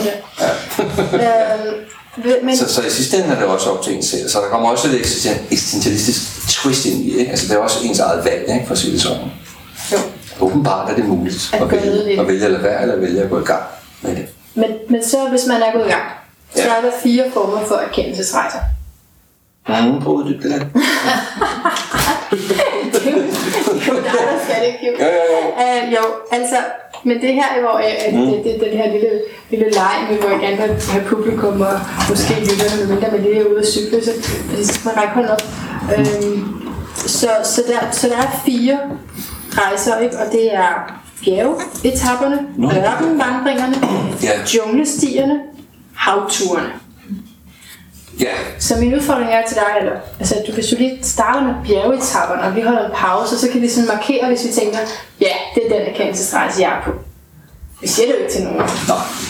Ja. Så i sidste ende er det også op til en selv, så der kommer også et eksistentialistisk twist ind i, ikke? Altså det er også ens eget valg, ikke? For at sige det sådan. Jo. Åbenbart er det muligt at vælge at lade være, eller vælge at gå i gang med det. Men så hvis man er gået i gang, så er der 4 former for erkendelsesrejser. På uddyb det der. Det er jo dig, der skal det, Kim. Jo, altså, men det her, hvor det her lille leg, hvor jeg gerne vil have publikum og måske lytterne, medmindre man lige er ude at cykle, fordi så skal man række hånden op. Så der er 4 rejser, ikke? Og det er bjergetapperne, ørkenvandringerne, junglestierne, havturene. Ja. Så min udfordring er til dig, eller, altså, hvis du lige starter med bjergetapperne, og vi holder en pause, så kan vi sådan markere, hvis vi tænker, ja, det er den erkendelsesrejse, jeg er på. Vi siger det jo ikke til nogen. Nå.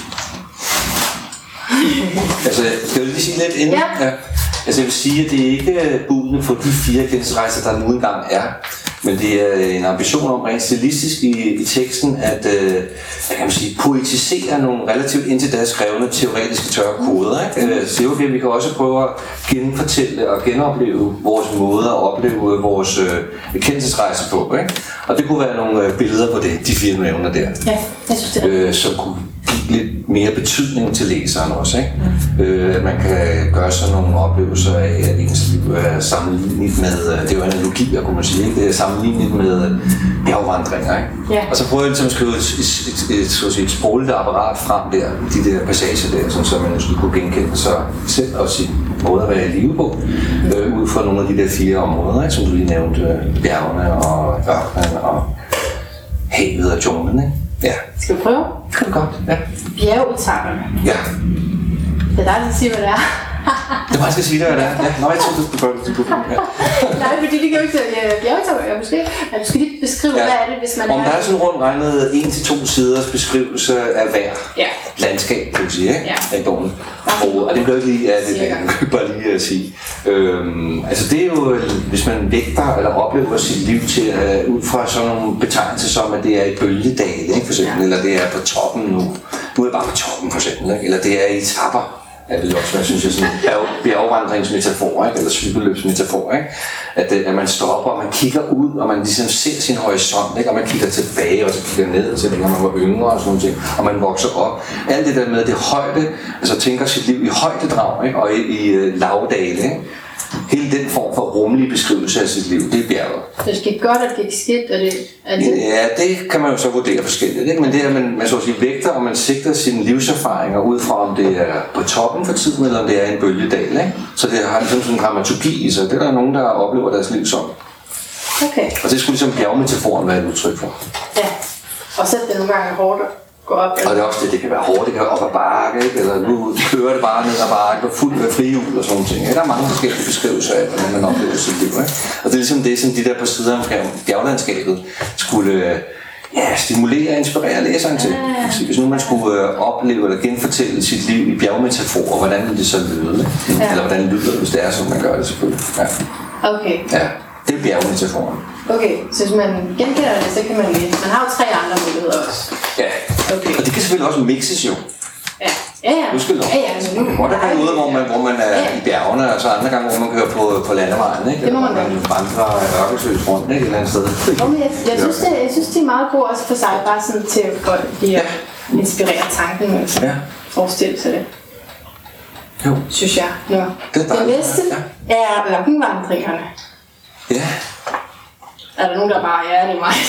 Altså, skal jeg lige sige lidt inden? Ja. Altså, jeg vil sige, at det er ikke budene for de 4 erkendelsesrejser, der nu engang er. Men det er en ambition om rent stilistisk i teksten at kan man sige, poetisere nogle relativt indtil da skrevne teoretiske tørre koder. Ikke? Så okay, vi kan også prøve at genfortælle og genopleve vores måde at opleve vores erkendelsesrejse på. Ikke? Og det kunne være nogle billeder på det, de 4 nævner der. Ja, jeg synes det. Som kunne give lidt mere betydning til læseren også. Ikke? At man kan gøre sådan nogle oplevelser af, at ens liv er sammenlignet med, det er jo analogier, kunne man sige, ikke? Det er sammenlignet med bjergvandringer. Ikke? Ja. Og så prøver jeg ligesom at skrive et sprogligt apparat frem der, de der passager der, så man måske kunne genkende sig selv og sin måde at være i live på, ud fra nogle af de der 4 områder, ikke? Som du lige nævnte, bjergene og ørkenen og havet og junglen. Ikke? Ja. Skal vi prøve? Det kan godt, ja. Bjergetapperne. Ja. Det er dig, der siger, hvad det er. Det var, jeg skal sige, hvad det er. Ja. Nå, jeg tror, du bør det. Nej, fordi det kan jo ikke bjergetapper. Jeg skal lige beskrive, hvad er det, hvis man om der er sådan rundt regnet 1-2 siders beskrivelse af hver landskab, kan du sige, ikke? Ja. Og det bliver ikke lige, det kan bare lige sige. Altså det er jo, hvis man vægter eller oplever sit liv til ud fra sådan nogle betegnelser som, at det er i bølgedale, ikke, for eksempel, eller det er på toppen nu. Nu er jeg bare på toppen, for eksempel, ikke? Eller det er i etapper. Ja, det er også, hvad jeg synes, er sådan en bjergvandringsmetafor, ikke? Eller cykelløbsmetafor, ikke? At man stopper, og man kigger ud, og man ligesom ser sin horisont, ikke? Og man kigger tilbage, og så kigger ned, til når man var yngre og sådan noget, og man vokser op. Alt det der med det højde, altså tænker sit liv i højdedrag, ikke? Og i lavdale, ikke? Hele den form for rummelig beskrivelse af sit liv, det er bjerget. Det gik godt, og det gik skidt, og det er det? Ja, det kan man jo så vurdere forskelligt, ikke? Men det er, at man så at sige vægter, og man sigter sine livserfaringer ud fra, om det er på toppen for tiden, eller om det er en bølgedal, ikke? Så det har ligesom sådan en dramaturgi i sig. Det er der nogen, der oplever deres liv som. Okay. Og det skulle ligesom bjergmetaforen være et udtryk for. Ja, og så det nogle gange hårdt gå op. Og det er også det kan være hårdt, det kan være op ad bakke, ikke? Eller nu kører det bare ned ad bakke, og fuld af frihjul og sådan ting. Der er mange forskellige beskrivelser af, hvordan man oplever sit liv, ikke? Og det er ligesom det, som de der på sider omkring bjerglandskabet skulle stimulere og inspirere læseren til. Hvis nu man skulle opleve eller genfortælle sit liv i bjergmetaforer, hvordan ville det så lyde? Eller hvordan lyder det, hvis det er, som man gør det selvfølgelig. Ja. Okay. Ja, det er bjergmetaforen. Okay, så hvis man genkender det, så kan man lige. Man har jo 3 andre muligheder også. Ja, okay. Og det kan selvfølgelig også mixes jo. Ja. Husk det. Og der er perioder, hvor man er i bjergene, og så andre gange, hvor man kører på landevejen, ikke? Det må man gøre. Man vandrer ørkesløs rundt, ikke? Et eller andet sted. Jeg synes, det er meget gode også for sig, bare sådan til at lige at inspirere tanken og forestille sig det. Jo. Synes jeg. Nå. Det næste er ørkenvandringerne. Ja. Er der nogen, der bare, ja, det er mig.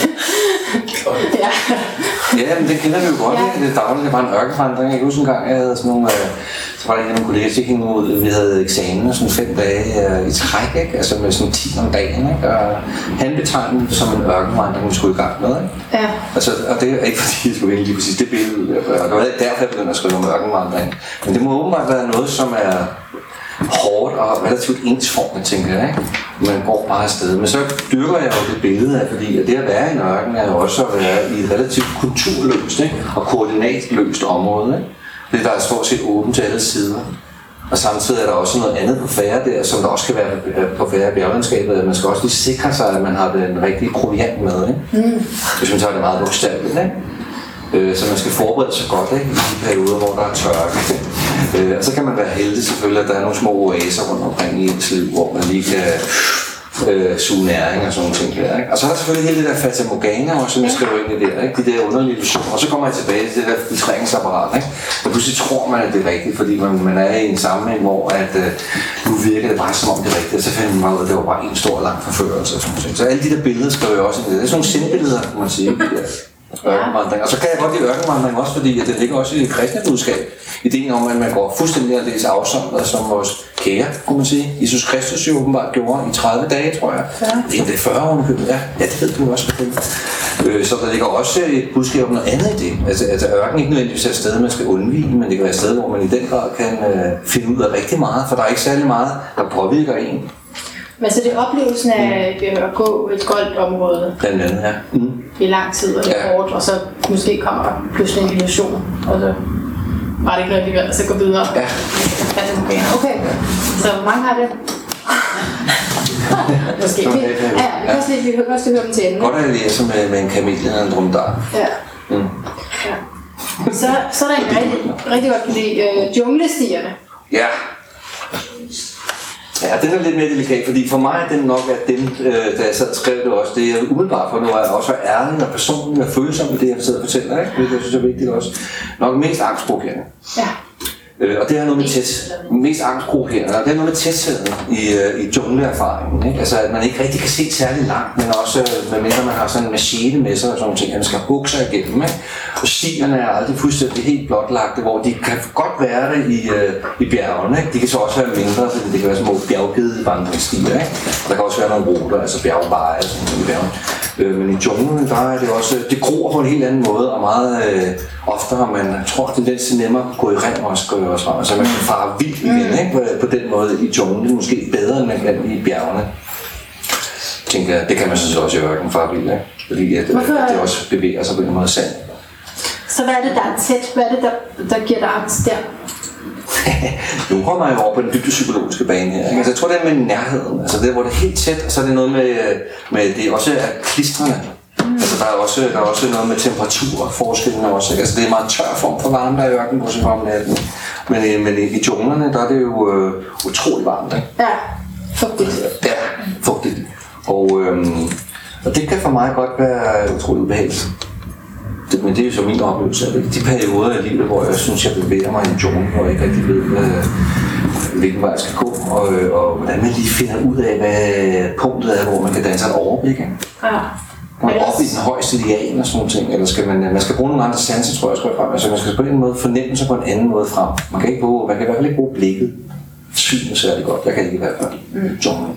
Ja, men det kender vi jo godt, ikke? Det er dagligt, det var en ørkenvandring. Jeg kan huske en gang, jeg havde sådan nogle, så var der en af mine kolleger, der gik ud, vi havde eksamen sådan 5 dage i træk, ikke? Altså med sådan 10 om dagen, ikke? Og han betegnede det som en ørkenvandring, vi skulle i gang med, ikke? Ja. Altså, og det er ikke fordi, jeg skulle vælge lige præcis det billede, og det var derfor, jeg begyndte at skrive om ørkenvandring. Men det må åbenbart være noget, som er hårdt og relativt ensformet, tænker jeg, ikke? Man går bare afsted. Men så dyrker jeg jo det billede af, fordi at det at være i en ørken er jo også at være i et relativt kulturløst, ikke? Og koordinatløst område, ikke? Det der er stort set åbent til alle sider. Og samtidig er der også noget andet på færre der, som der også kan være på færre i bjerglandskabet, at man skal også lige sikre sig, at man har den rigtige proviant med, ikke? Hvis man tager det meget bogstaveligt, ikke? Så man skal forberede sig godt, ikke? I de perioder, hvor der er tørke. Og så kan man være heldig selvfølgelig, at der er nogle små oaser rundt omkring i ens liv, hvor man lige kan suge næring og sådan nogle ting der, ikke? Og så er der selvfølgelig hele det der Fata Morgana også, som jeg skriver ind i der, ikke? De der underlige illusioner. Og så kommer jeg tilbage til det der filtreringsapparat, ikke? Og pludselig tror man, at det er rigtigt, fordi man er i en sammenhæng, hvor at, nu virker det bare som om det er rigtigt, og så finder man bare ud af, at det var bare en stor lang forførelse og sådan noget. Så alle de der billeder skriver jeg også ind i det. Det er sådan nogle sindbilleder, kan man sige. Ørkenvandring. Og så kan jeg godt lide ørkenvandring også, fordi at det ligger også i det kristne budskab. Ideen om, at man går fuldstændig aldeles afsondret, som vores kære, kunne man sige. Jesus Kristus jo åbenbart gjorde i 30 dage, tror jeg. Ja. Det er 40 år nu. Ja, det ved du også. Så der ligger også et budskab om noget andet i det. Altså ørken ikke nødvendigvis er et sted, man skal undvige, men det kan være et sted, hvor man i den grad kan finde ud af rigtig meget, for der er ikke særlig meget, der påvirker en. Men så det er oplevelsen af at gå et goldt område blandt andet, ja. I lang tid, og det er hårdt, og så måske kommer der pludselig en illusion, og så var det ikke noget alligevel, og så gå videre. Ja. Okay, så hvor mange har det? Måske. Vi kan også høre dem til enden. Godt at jeg læser med en kamel eller en dromedar. Ja. Så er der en rigtig godt kan lide junglestierne. Ja. Ja, den er lidt mere delikat, fordi for mig er den nok af dem, da jeg sad og skrev det også, det er umiddelbart for, nu er jeg også ærlig og personlig og følsom i det, jeg sidder og fortæller, ikke? Det synes jeg er vigtigt også. Nok mest angstprovokerende. Ja. Og det er noget med mest angstprovokerende, og det er noget med tætheden i jungleerfaringen, ikke? Altså at man ikke rigtig kan se særlig langt, men også medmindre man har sådan en machete med sig og sådan ting, at man skal hugge sig igennem, ikke? Og stierne er aldrig fuldstændig helt blotlagte, hvor de kan godt være det i bjergene, ikke? De kan så også være mindre, fordi det kan være små bjerggedevandringsstier, ikke? Og der kan også være nogle ruter, altså bjergveje i bjergene. Men i junglen, der er det også, det gror på en helt anden måde, og meget oftere, man tror, tendens til nemmere at gå i rem også, så man kan fare vildt igen, ikke? På den måde i junglen, måske bedre, end man kan i bjergene. Tænker jeg, det kan man sådan set også i ørken fare vildt, ikke? Fordi at det også bevæger sig på en måde sand. Så hvad er det, der er tæt? Hvad er det, der giver dig angst der? Nu kommer jeg over på den dybdepsykologiske bane her. Altså, jeg tror, det er med nærheden. Altså det, hvor det er helt tæt, og så er det noget med det også er klistrende. Altså, der er også noget med temperaturforskellen også. Altså, det er en meget tør form for varme, der er i ørkenen, bortset fra om natten. Men i junglerne, der er det jo utrolig varmt, ikke? Ja, fugtigt. Ja, fugtigt. Og det kan for mig godt være utroligt ubehageligt. Men det er jo så min oplevelse af det. De perioder i livet, hvor jeg synes, jeg bevæger mig i en jungle, hvor jeg ikke rigtig ved, hvilken vej jeg skal gå, og hvordan man lige finder ud af, hvad punktet er, hvor man kan danse et overblik. Ikke? Ja. Man er oppe i den højeste lian og sådan nogle ting, eller skal man skal bruge nogle andre sanser, tror jeg, skal frem. Altså man skal på en måde fornemme sig på en anden måde frem. Man kan i hvert fald ikke bruge blikket. Synet særlig godt. Jeg kan ikke i hvert fald. Junglen.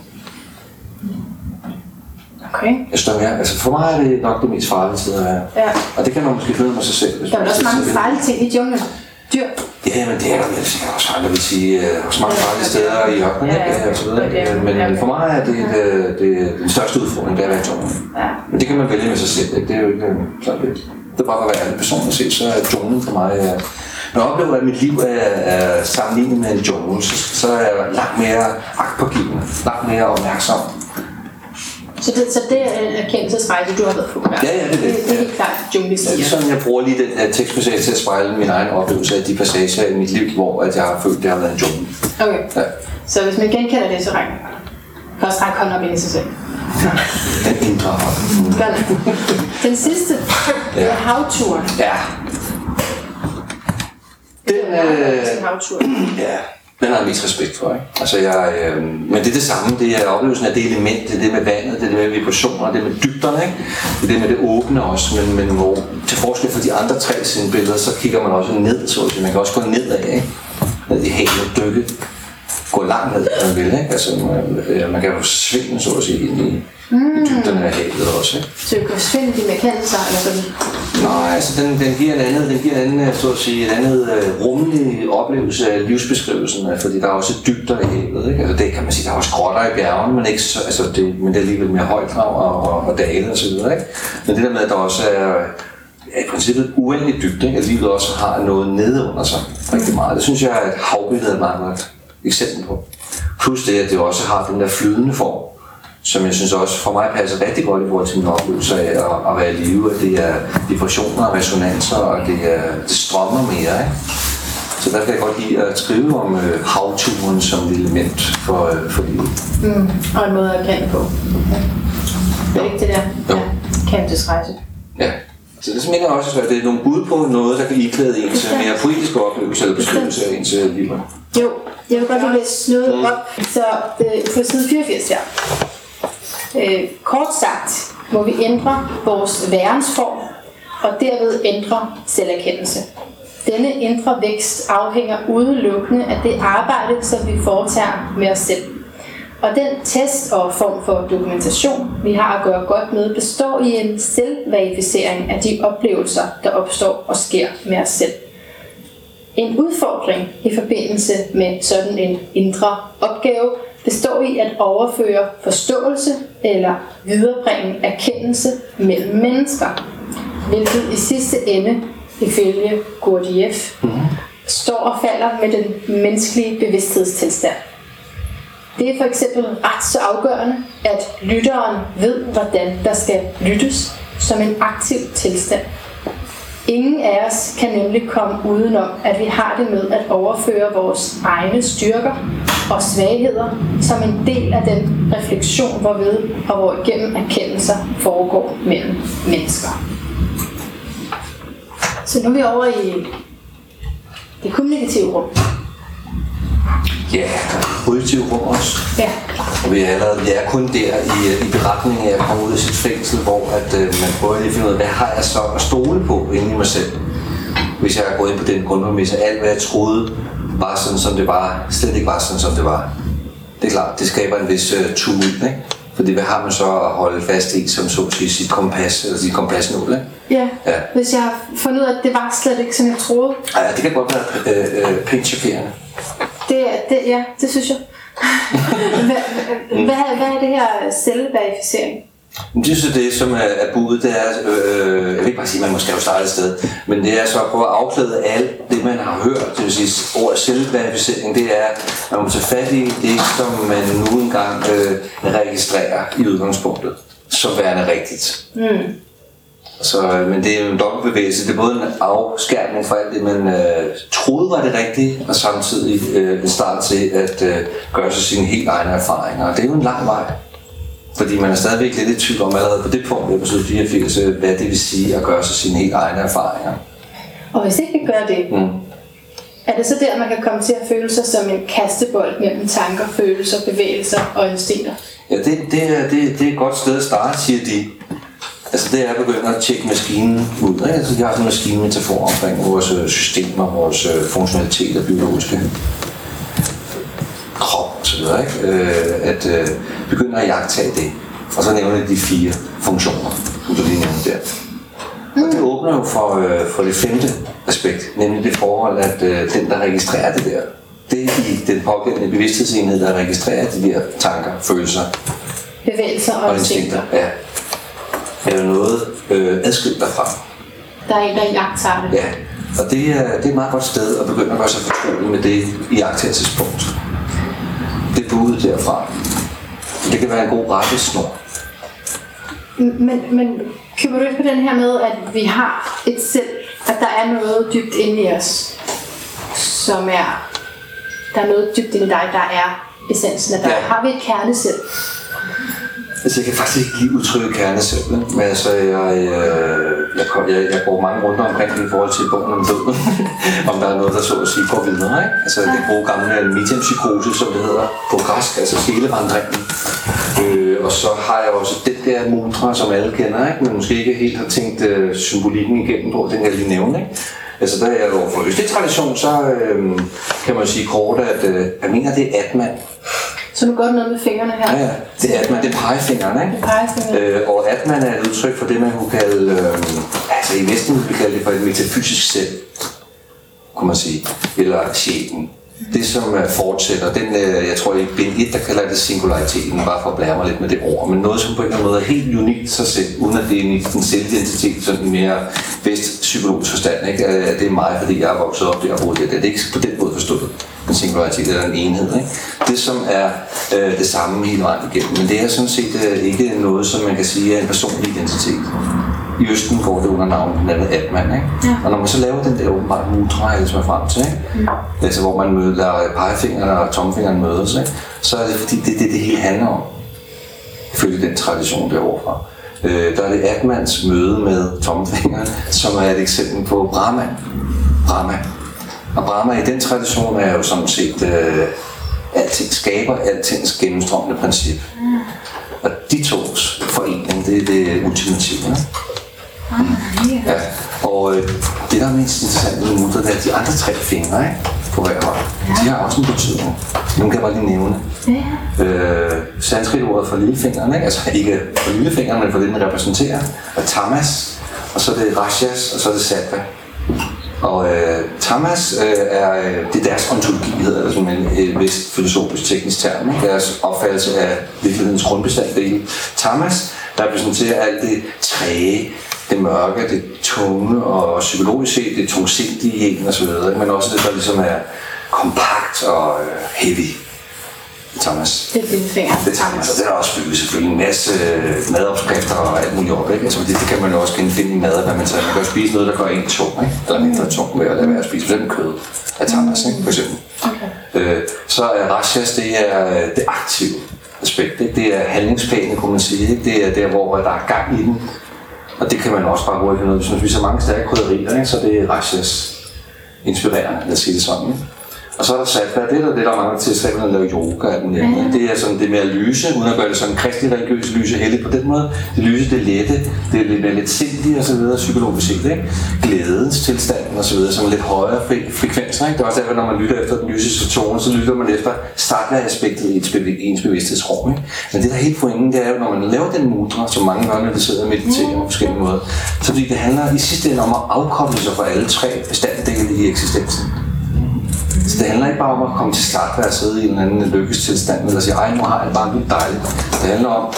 Okay. Altså for mig er det nok det mest farlige sted at være. Ja. Og det kan man måske finde med sig selv. Der er også mange farlige ting i junglen. Dyr. Ja, men det er der vel sikkert også andre, vil sige. Også mange farlige steder i ørkenen, og så videre. Men for mig er det den største udfordring, det er at være i junglen. Ja. Men det kan man vælge med sig selv, ikke? Det er jo ikke sådan lidt. Det er bare for at være ærlig person at se, så er junglen for mig. Når jeg oplever, at mit liv er sammenlignet med en jungle, så er jeg langt mere agtpågivende, langt mere opmærksom. Så det er en erkendelsesrejse, du har været på? Ja, det er det. Det er helt klart junglestiger. Det er sådan, jeg bruger lige den tekstpassage til at spejle min egen oplevelse af de passager i mit liv, hvor at jeg har følt, at det har været en jungle. Okay. Ja. Så hvis man genkender det, så rækker kan også række hånden op ind i sig selv. Den indre hånd. Den sidste, det er havturen. Ja. Den har jeg mest respekt for, ikke? Altså men det er det samme, det er oplevelsen af det element, det er det med vandet, det er det med vibrationer, det er med dybderne, ikke? Det er det med det åbne også, men hvor til forskel for de andre 3 sindbilleder, så kigger man også ned, så man kan også gå nedad, ikke? Ned i havet, dykke, gå langt ned, man vil, ikke? Altså man kan jo svinge, så at sige, ind i dybderne af havet også, ikke? Så du kan svinge de erkendelser, eller sådan? Nej, altså den giver en anden, så at sige, et andet rummelig oplevelse af livsbeskrivelsen, fordi der er også dybder i havet, ikke? Altså det kan man sige, der er også grotter i bjergene, men ikke så, altså men det er alligevel mere højdrag og dale og så videre, ikke? Men det der med, at der også er i princippet uendelig dybde, ikke? At livet også har noget nede under sig rigtig meget. Det synes jeg er et havbillede af et meget godt eksempel på. Plus det, at det også har den der flydende form, som jeg synes også for mig passer rigtig godt i forhold til min oplevelse af at være i live, at det er vibrationer og resonanser, og det strømmer mere, ikke? Så der kan jeg godt lide at skrive om havturen som et element for livet. Og en måde at kende på. Det er ikke det der kendelsesrejse. Ja. Så det mener jeg også, at det er nogle bud på noget, der kan iklæde ens mere politiske oplevelse eller beskrivelse af ens liv. Jo, jeg vil godt læse noget op. Så på side 84 her. Kort sagt må vi ændre vores værensform og derved ændre selverkendelse. Denne indre vækst afhænger udelukkende af det arbejde, som vi foretager med os selv. Og den test og form for dokumentation, vi har at gøre godt med, består i en selvverificering af de oplevelser, der opstår og sker med os selv. En udfordring i forbindelse med sådan en indre opgave består i at overføre forståelse eller viderebringe erkendelse mellem mennesker, hvilket i sidste ende, ifølge Gurdjieff, står og falder med den menneskelige bevidsthedstilstand. Det er for eksempel ret så afgørende, at lytteren ved, hvordan der skal lyttes som en aktiv tilstand. Ingen af os kan nemlig komme udenom, at vi har det med at overføre vores egne styrker og svagheder som en del af den refleksion, hvorved og hvorigennem erkendelser foregår mellem mennesker. Så nu er vi over i det kommunikative rum. Ja, positive rum også. Ja. Og vi er kun der i beretningen af at komme ud af sit fængsel, hvor at, man prøver lige at finde ud af, hvad har jeg så at stole på inde i mig selv. Hvis jeg er gået ind på den grundpræmis, at alt hvad jeg troede var sådan som det var, slet ikke var sådan som det var. Det er klart, det skaber en vis tumult, ikke? Fordi hvad har man så at holde fast i, som så at sige, sit kompas, eller sit kompasnål, ikke? Ja, hvis jeg har fundet ud af, at det var slet ikke, som jeg troede. Ja, det kan godt være pænt chokerende. Det synes jeg. Hvad er det her selvverificering? Men det er det, som er budet, det er, jeg vil ikke bare sige, at man måske jo starte et sted, men det er så at prøve at afklæde alt det, man har hørt, det vil sige ordet selvverificering, det er, at man må tage fat i det, som man nu engang registrerer i udgangspunktet, som værende rigtigt. Så, men det er jo en dobbeltbevægelse, det er både en afskærmning fra alt det, man troede var det rigtige, og samtidig en start til at gøre sig sine helt egne erfaringer, og det er jo en lang vej. Fordi man er stadigvæk lidt i tvivl om allerede på det punkt i episode 84, hvad det vil sige at gøre sig sine helt egne erfaringer. Og hvis ikke vi gør det, er det så der, man kan komme til at føle sig som en kastebold mellem tanker, følelser, bevægelser og instinkter? Ja, det er et godt sted at starte, siger de. Altså det er at begynde at tjekke maskinen ud. Ikke? Altså, jeg har sådan en maskinmetafor omkring vores systemer, vores funktionalitet og biologiske krop og så videre, ikke? At begynde at jagtage det. Og så nævner de 4 funktioner, som du lige nævnte der. Og det åbner jo for det 5. aspekt, nemlig det forhold, at den, der registrerer det der, det er i den pågældende bevidsthedsenhed, der registrerer de der tanker, følelser, bevægelser og instinkter. Ja. Er jo noget adskilt derfra. Der er en, der jagtager det. Ja, og det er et meget godt sted at begynde at gøre sig fortrolig med det iagttagelsespunkt. Det budet derfra. Det kan være en god rettesnor. Men køber du ikke på den her med, at vi har et selv, at der er noget dybt inde i os, som er, der er noget dybt inde i dig, der er essensen af dig. Ja. Har vi et kernesæl? Altså, jeg kan faktisk ikke give udtrykket kernesæl, men altså, jeg går mange runder omkring det i forhold til bogen om døden. Om der er noget, der så at sige går videre, ikke? Altså, det gode gamle metempsykose, som det hedder på græsk, altså skelevandringen. Og så har jeg også den der mantra, som alle kender, ikke? Men måske ikke helt har tænkt symbolikken igennem på, den kan jeg lige nævne, ikke? Altså, der er jo for østlig tradition, så kan man sige kort, at jeg mener, det er Atman. Så nu går det noget med fingrene her? Ja, det er Atman, det er pegefingeren, ikke? Det er pegefingeren. Og Atman er et udtryk for det, man kunne kalde, altså i Vesten ville vi kalde det for et metafysisk selv, kunne man sige, eller sjælen. Det som fortsætter, den, jeg tror i bind 1, der kalder det singulariteten, bare for at blære mig lidt med det ord, men noget som på en eller anden måde er helt unikt sig selv, uden at det er en selvidentitet, sådan en mere vestpsykologisk forstand, ikke? Det er mig, fordi jeg er vokset op der og boet der. Det er ikke på den måde forstået. En singularitet eller en enhed, ikke? Det som er det samme hele vejen igennem, men det er sådan set ikke noget, som man kan sige er en personlig identitet. I Østen går det under navnet blandt andet Atman, ikke? Ja. Og når man så laver den der åbenbart mudra, som er frem til, ikke? Altså hvor man lader pegefingeren og tommelfingeren mødes, ikke? Så er det fordi, det hele handler om, ifølge den tradition derovre fra. Der er det Atmans møde med tommelfingeren, som er et eksempel på Brahman. Og Brahma i den tradition er jo sådan set, alting skaber altings gennemstrømmende princip. Og de tos forening, det er det ultimative. Ja. Og det der er mest interessant ved mudra, det er de andre 3 fingre, ikke? På hver hånd. De har også en betydning. Nu kan jeg bare lige nævne. Sanskrit-ordet for lillefingeren, ikke? Altså ikke for lillefingeren, men for det, den repræsenterer. Og tamas, og så er det rajas, og så er det sattva. Og tamas det er deres ontologi, hedder det som en vist filosofisk teknisk term, ikke? Deres opfattelse af virkelighedens grundbestanddele. Tamas repræsenterer alt det træge, det mørke, det tunge og psykologisk set det tungsindige i en og så videre, men også det, der ligesom er kompakt og heavy. Thomas. Det er dine fingre. Det er Thomas, og det er også bygget selvfølgelig en masse madopskrifter og alt muligt op, ikke? Altså, det kan man jo også finde i mad, hvad man tager. Man kan jo spise noget, der gør en tung, ikke? Eller mindre tung ved at lade være at spise. For eksempel kød af Thomas, ikke? For eksempel. Okay. Så er rajas, det er det aktive aspekt, ikke? Det er handlingsplanen, kunne man sige, ikke? Det er der, hvor der er gang i den. Og det kan man også bare hurtigt finde ud af. Hvis man spiser mange stærke krydderier, ikke? Så det er rajas inspirerende, lad os sige det sådan, ikke? Og så er der sattva, det er der mange tilstræber, at lave yoga og alt muligt. Det er sådan det mere lyse, uden at gøre det sådan kristelig religiøs lyse heldigt på den måde. Det lyse, det lette, det er lidt mere lidt sindigt og så videre, psykologisk set, ikke? Glædens tilstanden og så videre, som er lidt højere frekvenser, ikke? Det er også derfor, når man lytter efter den lyse tone, så lytter man efter sattva-aspektet i ens bevidsthedsrum, ikke? Men det der helt pointen, det er jo, når man laver den mudra, som mange gør, når de sidder og mediterer på forskellige måder, så fordi det handler i sidste ende om at afkoble sig fra alle 3 bestanddele i eksistensen. Så det handler ikke bare om at komme til start og sidde i en eller anden lykkestilstand, eller sige, ej, nu har jeg bare lidt dejligt. Det handler om at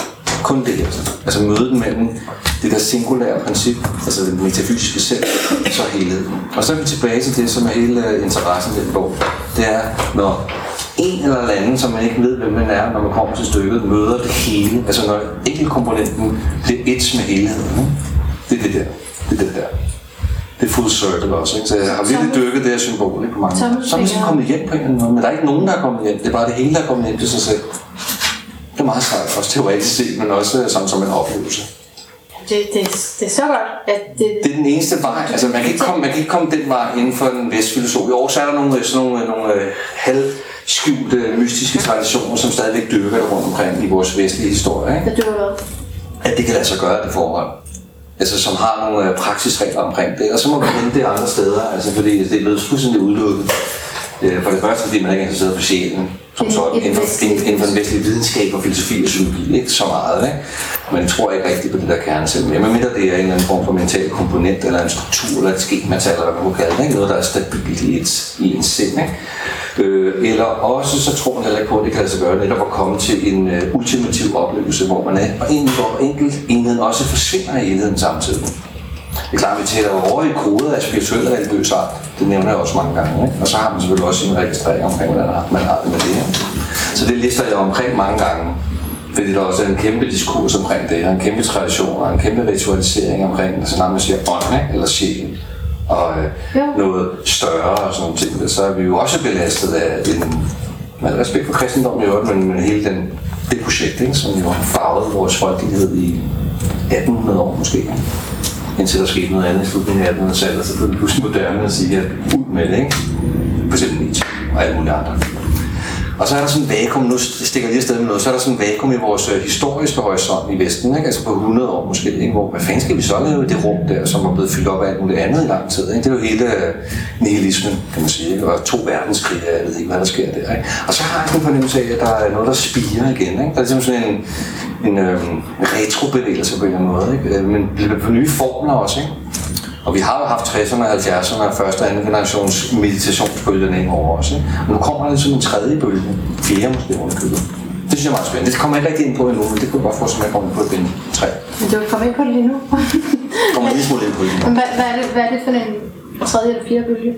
Kun det her. Altså mødet mellem det der singulære princip, altså det metafysiske selv, og så helheden. Og så er vi tilbage til det, som er hele interessen i den bog. Det er, når en eller anden, som man ikke ved, hvem man er, når man kommer til stykket, møder det hele. Altså når enkeltkomponenten bliver et med helheden. Det er det der. Det er det der. Det er full circle også, ikke? Så jeg har virkelig dyrket det her symbol, ikke, på mange måder. Så er man kommet hjem på en eller anden måde, men der er ikke nogen, der er kommet hjem. Det er bare det hele, der er kommet hjem til sig selv. Det er meget sejt, også teoretisk set, men også som en oplevelse. Det er så godt, at det er den eneste vej. Altså man kan ikke komme den vej inden for den vestfilosofi. Og så er der nogle halvskjulte, mystiske traditioner, som stadigvæk dyrker det rundt omkring i vores vestlige historie, ikke? At det kan lade sig gøre, det forhold. Altså som har nogle praksisregler omkring det, og så må man hente det andre steder, altså fordi det er blevet fuldstændig udelukket. For det første, fordi man ikke er interesseret på sjælen, som sådan, inden for den vestlige videnskab og filosofi og psykologi, ikke så meget, ikke? Man tror ikke rigtigt på det der kerneselv. Men mindre det er en eller anden form for mental komponent, eller en struktur, eller et skematal, eller hvad man kunne kalde det, ikke? Noget, der er stabilt i ens sind, ikke? Eller også så tror man heller ikke på, at det kan lade sig gøre netop at komme til en ultimativ oplevelse, hvor man er, og egentlig hvor enkelt enheden også forsvinder i enheden samtidig. Det er klart, at vi tæller over i koder af spirituel og religiøs art. Det nævner jeg også mange gange, ikke? Og så har man selvfølgelig også sin registrering omkring, hvordan man har det med det her. Så det lister jeg omkring mange gange. Fordi der også er en kæmpe diskurs omkring det, og en kæmpe tradition, og en kæmpe ritualisering omkring det, så når man siger ånd, eller sjæl, og noget større og sådan ting, så er vi jo også belastet af med respekt for kristendom i øvrigt, men hele det projekt, ikke, som jo har farvet vores folkelighed i 1800 år måske. Indtil der skete noget andet i slutningen af 1800-tallet, så blev det pludselig moderne at sige, at ud med det, ikke? For eksempel Nietzsche og alle mulige andre. Og så er der sådan en vakuum, nu stikker jeg lige afsted med noget, så er der sådan en vakuum i vores historiske horisont i Vesten, ikke? Altså på 100 år måske, ikke? Hvor hvad fanden skal vi så lave i det rum der, som er blevet fyldt op af alt muligt andet i lang tid, ikke? Det er jo hele nihilismen, kan man sige, ikke? Og 2 verdenskrige, jeg ved ikke, hvad der sker der, ikke? Og så har jeg en fornemmelse af, at der er noget, der spirer igen, ikke? Der er ligesom sådan en retrobevægelse på en eller anden måde, ikke? Men bliver på nye formler også, ikke? Og vi har jo haft 60'erne, 70'erne og første og anden generations meditationsbølgerne ind over os, ikke? Og nu kommer der som en tredje bølge, 4 måske underkøbet. Det synes jeg er meget spændende. Det kommer jeg ikke rigtig ind på endnu, men det kunne jeg godt få, som jeg kommer ind på et bind 3. Men du kommer ind på det lige nu? Kommer lige smule ind på det lige nu. Hvad er det for en tredje eller 4 bølge?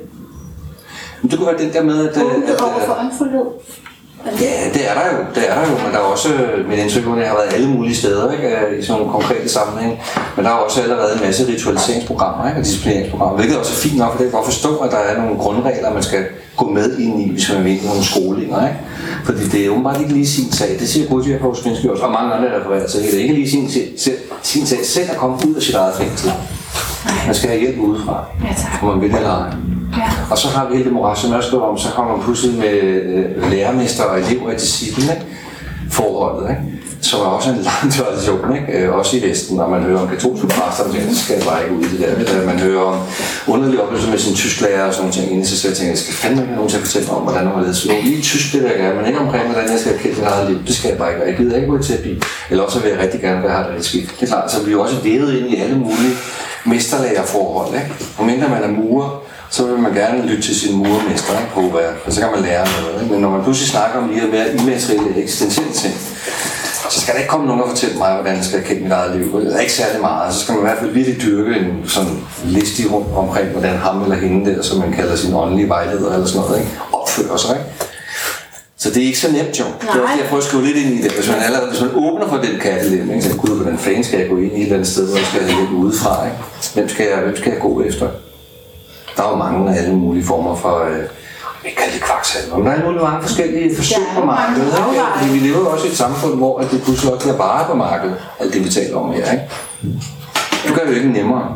Det kunne være den der med, at overfor åndfuldhed. Ja, det er der jo, men der er også, mit indtryk af, at jeg har været alle mulige steder, ikke, i sådan nogle konkrete sammenhæng, men der er også allerede en masse ritualiseringsprogrammer, ikke, og disciplineringsprogrammer, hvilket også er fint nok, for det kan godt forstå, at der er nogle grundregler, man skal gå med ind i, hvis man vil ind i nogle skolinger, ikke? Fordi det er åbenbart ikke lige sin sag, det siger Gurdjieff og Ouspensky også, og mange andre, der refererer til, det er ikke lige sin sag selv at komme ud af sit eget fængsel. Man skal have hjælp udefra, om man vil eller ej. Ja. Og så har vi hele det moras, som jeg skriver om, så kommer man pludselig med lærermester og elever i disciplin, forholdet, ikke? Som er også en lang tradition, ikke? Også i Vesten, når man hører om katolske præster, og tænker, så skal jeg bare ikke ud i det der. Man hører om underlige oplevelser med sin tysklærer og sådan nogle ting, inden sig selv tænker, jeg skal fandme ikke have nogen til at fortælle om, hvordan man ledes. Lige tysk, det der jeg men ikke omkring, hvordan jeg skal have kendt mit eget liv. Det skal jeg bare ikke. Jeg gider ikke gå i terapi. Eller også vil jeg rigtig gerne være her, der er lidt skidt. Det er klart, så bliver jo også vævet ind i alle mulige mesterlærerforhold, ikke? Og mindre man er murer, så vil man gerne lytte til sin murermester, ikke, på hvad, og så kan man lære noget, ikke? Men når man pludselig snakker om de her mere immaterielle, eksistentielle ting, så skal der ikke komme nogen og fortælle mig, hvordan jeg skal kende mit eget liv. Det er ikke særlig meget, så skal man i hvert fald virkelig dyrke en sådan liste rundt omkring, hvordan ham eller hende der, som man kalder sin åndelige vejleder eller sådan noget, ikke, opfører sig, ikke? Så det er ikke så nemt, jo. Det er også det, jeg prøver at skrive lidt ind i det. Hvis man åbner for den kattelem, ikke, så gud, hvordan fanden skal jeg gå ind i et eller andet sted, hvor jeg skal have lidt udefra, ikke? Hvem skal jeg gå efter? Der er jo mange af alle mulige former for, jeg kalder det kvaksalver, men der er mange forskellige forsøg på markedet. Fordi vi lever jo også i et samfund, hvor det pludselig også bliver bare på markedet, alt det vi taler om her, ikke? Det gør det jo ikke nemmere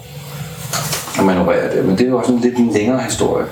at manøvrere det, men det er jo også en lidt længere historie.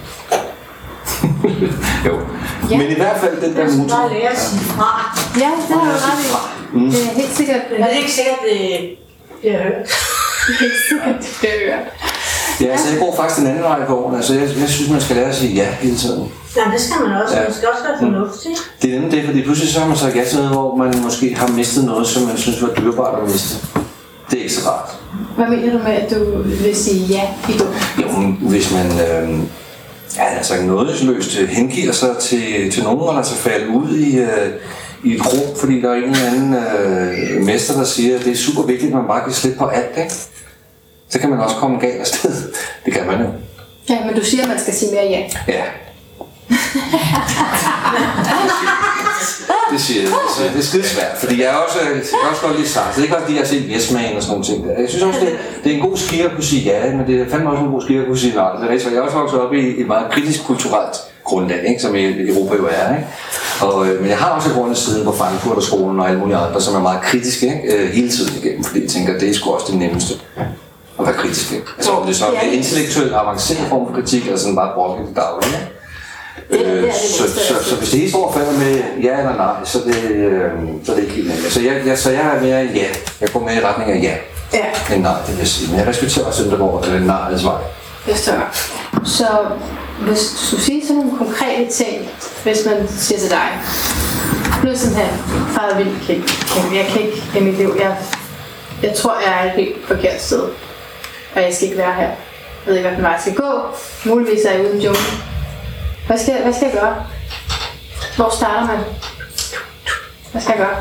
Jo. Ja. Men i hvert fald den der motor. Det er bare lære at sige fra. Ja, det har du ret i. Det er helt sikkert. Men det er ikke sikkert, det bliver hørt. Det er ikke sikkert, det bliver hørt. Ja, altså jeg går faktisk den anden vej på årene. Altså jeg synes, man skal lære at sige ja hele tiden. Ja, det skal man også. Man skal også være fornuftig. Det er nemlig det, fordi pludselig så har man sagt ja til noget, hvor man måske har mistet noget, som man synes var dyrebart at miste. Det er ikke så rart. Hvad mener du med, at du vil sige ja i det? Jo, hvis man altså nådesløst hengiver sig til nogen, eller så falder ud i et rum, fordi der er en eller anden mester, der siger, at det er super vigtigt, at man bare kan slippe på alt, ikke? Så kan man også komme galt afsted. Det kan man jo. Ja, men du siger, at man skal sige mere ja. Ja. Det siger jeg. Det er skidesvært, fordi jeg kan også godt lide sagt. Det er ikke bare fordi, jeg har set Yes Man og sådan nogle ting der. Jeg synes også, det er en god skik at kunne sige ja, men det er fandme også en god skik at kunne sige nej. Så jeg er også vokset op i et meget kritisk kulturelt grundlag, ikke? Som Europa jo er. Ikke? Men jeg har også et grunde siden på Frankfurt-skolen og alle mulige andre, som er meget kritiske, ikke? Hele tiden igennem, fordi jeg tænker, at det er sgu også det nemmeste at være kritisk. Ikke? Altså om det er så en intellektuelt avanceret form for kritik, eller sådan bare brokke det dagligt. Så hvis det er stor falder med ja eller nej, så er det ikke helt nemt. Så jeg er mere ja. Jeg går mere i retning af ja. End nej, det vil jeg sige. Men jeg respekterer også dem, der går nejets vej. Det står. Så hvis du skulle sige sådan nogle konkrete ting, hvis man siger til dig, nu er sådan her, faret vildt kæmpe. Jeg kan ikke i mit liv. Jeg tror, jeg er et helt forkert sted. Og jeg skal ikke være her. Jeg ved ikke, hvilken vej jeg skal gå. Muligvis er jeg uden jungle. Hvad skal jeg gøre? Hvor starter man? Hvad skal jeg gøre?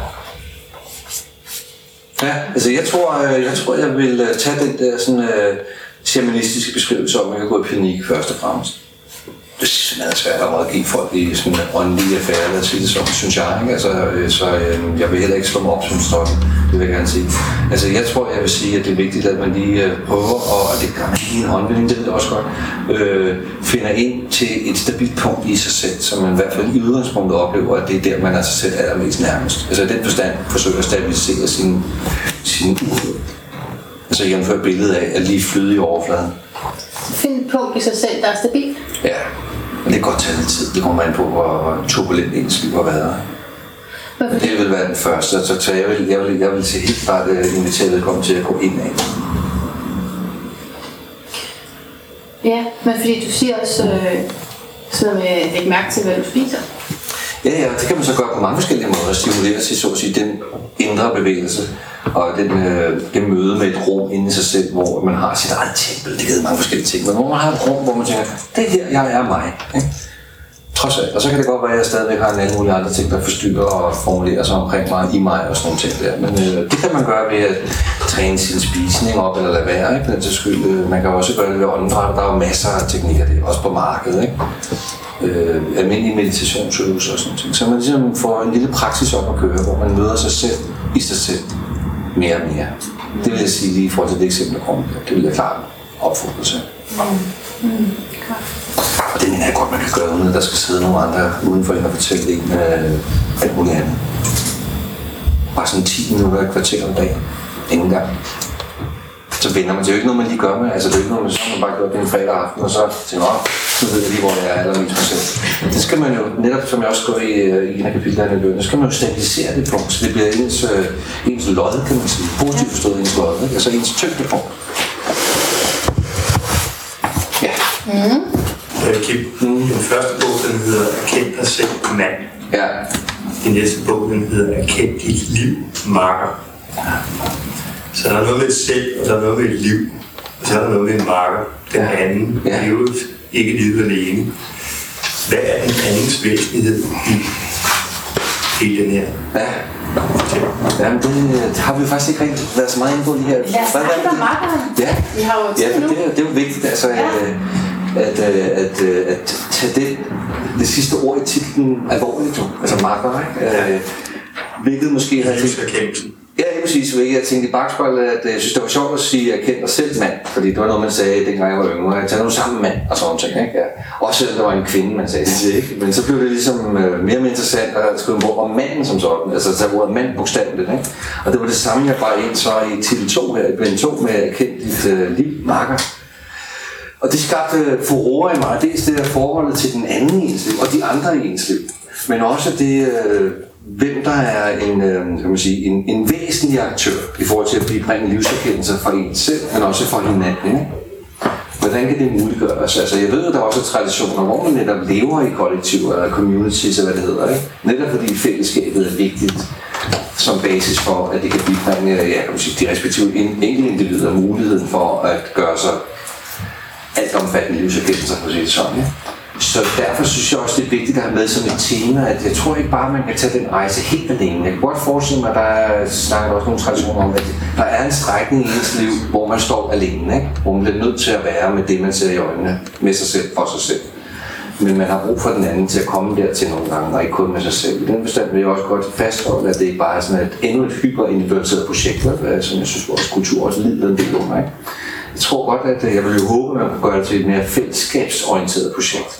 Ja, altså jeg tror, jeg vil tage den der sådan shamanistiske beskrivelse om, at jeg kan gå i panik først og fremmest. Det er simpelthen svært at rådgive folk i sådan en åndelig affære, lad os sige det sådan, synes jeg. Ikke? Altså, jeg vil heller ikke slå mig op som sådan, det vil jeg gerne sige. Altså, jeg tror, jeg vil sige, at det er vigtigt, at man lige prøver, og det gør man ikke i en håndvinding, det ved jeg også godt, finder ind til et stabilt punkt i sig selv, så man i hvert fald i udgangspunktet oplever, at det er der, man er sig selv allermest nærmest. Altså, i den forstand forsøger at stabilisere sin uhed. Altså, jævnfør billedet af at lige flyde i overfladen. Find et punkt i sig selv, der er stabilt. Ja, men det kan godt tage lidt tid. Det kommer an på, hvor turbulent ens liv har været. Men det vil være den første. Så jeg vil til helt klart invitere vedkommende til at gå ind af. Ja, men fordi du siger også sådan med at lægge mærke til, hvad du spiser. Ja, det kan man så gøre på mange forskellige måder. Stimulere sig, så at sige, den indre bevægelse og det møde med et rum inde i sig selv, hvor man har sit eget tempel. Det giver mange forskellige ting, men hvor man har et rum, hvor man tænker, det her, jeg er mig. Ikke? Trods alt. Og så kan det godt være, at jeg stadigvæk har en anden mulig andre ting, der forstyrrer og formulerer sig omkring mig, i mig og sådan nogle ting der. Men det kan man gøre ved at træne sin spisning op eller lade være, ikke? Den skyld. Man kan også gøre det ved åndedræt. Der er jo masser af teknikker, det er også på markedet, ikke? Almindelige meditationsøvelser og sådan noget. Så man ligesom får en lille praksis op at køre, hvor man møder sig selv i sig selv mere og mere. Det vil jeg sige lige i forhold til det eksempel, der kommer. Det vil jeg klart opfordre til. Og det mener jeg godt, man kan gøre, uden at der skal sidde nogle andre udenfor ind og fortælle en alt muligt andet. Bare sådan 10 minutter et kvarter om dagen. Ingen gang. Så vender man. Det er jo ikke noget, man lige gør med. Altså det er jo ikke noget, man bare gør det en fredag aften, og så tænker man, så ved jeg lige, hvor jeg er allermest for selv. Det skal man jo, netop som jeg også går i en af kapitlerne i løbet, så skal man jo stabilisere det punkt, så det bliver ens lod, kan man sige. Positivt forstået ens lod, ikke? Altså ens tyngdepunkt. Ja. Den første bog, den hedder Erkend dig selv, mand. Ja. Den næste bog, den hedder Erkend dit liv, makker. Så der er noget med et selv, og der er noget med et liv. Og så er der noget med en makker. Den anden lever ikke livet alene. Hvad er den andens væsentlighed i den her? Ja. Jamen, det har vi jo faktisk ikke rigtig været så meget inde på lige her. Lad os snakke om makkeren. Ja. Vi har jo tid nu. Det er jo vigtigt, altså, at tage det sidste ord i titlen alvorligt. Altså makker, ikke? Hvilket måske har livserkendelsen. Ja, præcis. Jeg tænkte i bagspejlet, at jeg synes, det var sjovt at sige, at jeg kendte dig selv mand. Fordi det var noget, man sagde, dengang jeg var yngre. Jeg tager nu sammen mand og sådan ting. Ikke? Ja. Også selvom der var en kvinde, man sagde det ikke. Men så blev det ligesom mere interessant at skrive en bog om manden som sådan. Altså tage ordet mand bogstaveligt. Ikke? Og det var det samme, jeg bare ind så i titel 2 her, i bind 2 med at kende dit liv, makker. Og det skabte furore i mig. Dels det der forholdet til den anden i ens liv, og de andre i ens liv. Men også det... hvem der er en væsentlig aktør i forhold til at bibringe livserkendelser for en selv, men også for hinanden. Ikke? Hvordan kan det muliggøres? Altså, jeg ved, at der er også traditioner, hvor man netop lever i kollektiver eller communities, eller hvad det hedder. Ikke? Netop fordi fællesskabet er vigtigt som basis for, at det kan bibringe de respektive enkelte individer muligheden for at gøre sig alt omfattende livserkendelser på sit sådan. Så derfor synes jeg også, det er vigtigt at have med som et tema, at jeg tror ikke bare, man kan tage den rejse helt alene. Jeg kan godt forestille mig, at der snakker også nogle traditioner om, at der er en strækning i ens liv, hvor man står alene, ikke? Hvor man bliver nødt til at være med det, man ser i øjnene, med sig selv, for sig selv. Men man har brug for den anden til at komme dertil nogle gange, og ikke kun med sig selv. I den bestand vil jeg også godt fastholde, at det ikke bare er sådan endnu et hyperindividualiseret projekt, som jeg synes, vores kultur også lider en del under. Jeg tror godt, at jeg vil jo håbe, at man kan gøre det til et mere fællesskabsorienteret projekt.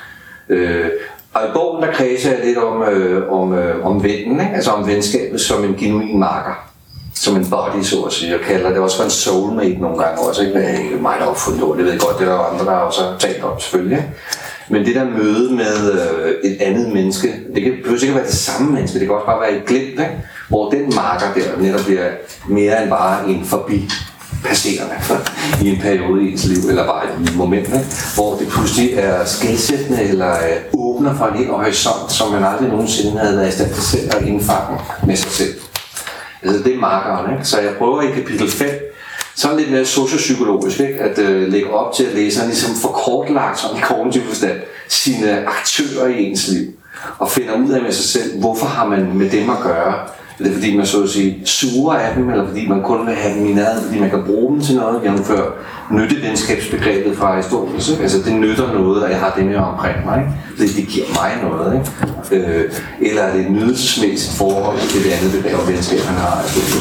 Og i bogen, der kredser jeg lidt om vennen, ikke? Altså om venskabet som en genuin marker. Som en body, så at sige. Jeg kalder det også for en soulmate nogle gange også. Ikke mig, der har opfundet det, det ved jeg godt, det er der andre, der har også talt om selvfølgelig. Men det der møde med et andet menneske, det kan behøver ikke være det samme menneske, det kan også bare være et glimt, ikke? Hvor den marker der netop bliver mere end bare en forbipasserende i en periode i ens liv, eller bare et moment, ikke? Hvor det pludselig er skelsættende eller åbner for en helt horisont, som man aldrig nogensinde havde været i stand til selv at indfange med sig selv. Altså det er markeren, ikke? Så jeg prøver i kapitel 5, sådan lidt mere sociopsykologisk, ikke? At lægge op til at læseren ligesom får kortlagt sådan i kognitiv forstand sine aktører i ens liv, og finder ud af med sig selv, hvorfor har man med dem at gøre. Er det fordi man så at sige suger af dem, eller fordi man kun vil have dem i nærheden, fordi man kan bruge dem til noget, jævnfør nyttevenskabsbegrebet fra Aristoteles, ikke? Altså det nytter noget, at jeg har dem her omkring mig, ikke? Det giver mig noget, ikke? Eller er det et nydelsesmæssigt forhold til det andet begreb venskab, han har,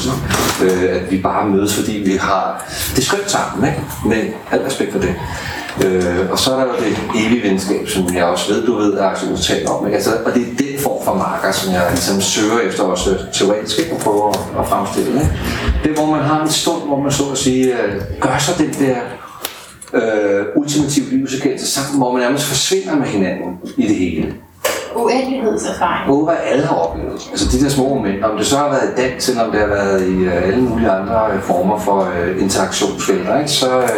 at vi bare mødes, fordi vi har det skønt sammen, ikke? Men al respekt for det. Og så er der jo det evige venskab, som jeg også ved, du ved, at Axel taler om. Altså, og det er den form for marker, som jeg ligesom søger efter også teoretisk, ikke? Og prøver at fremstille. Ikke? Det er, hvor man har en stund, hvor man så at sige, gør sig den der ultimative livserkendelse sammen, hvor man nærmest forsvinder med hinanden i det hele. Uendelighedserfaring. Hvad alle har oplevet. Altså de der små momenter, om det så har været i dans, eller om det har været i alle mulige andre former for interaktionsfelter, ikke?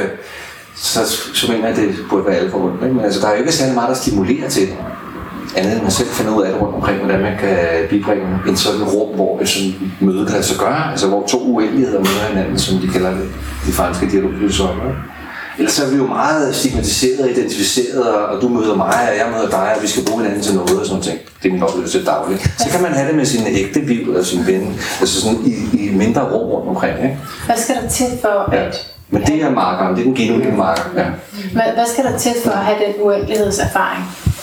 Så mener jeg, at det burde være alle forbundet. Ikke? Men altså, der er jo ikke særlig meget, der stimulerer til det. Andet end man selv finder ud af det rundt omkring, hvordan man kan bibringe en sådan rum, hvor et sådan møde kan lade sig gøre. Altså hvor to uendeligheder møder hinanden, som de kalder det, de franske dialogfilosofer. Ellers så er vi jo meget stigmatiseret og identificeret, og du møder mig, og jeg møder dig, og vi skal bruge hinanden til noget og sådan noget. Det er min oplevelse dagligt. Så kan man have det med sine ægte liv eller sine ven, altså sådan i mindre rum rundt omkring. Ikke? Hvad skal der til for at... Men det er markeren, det er den genuine marker. Ja. Hvad skal der til for at have den uendelighedserfaring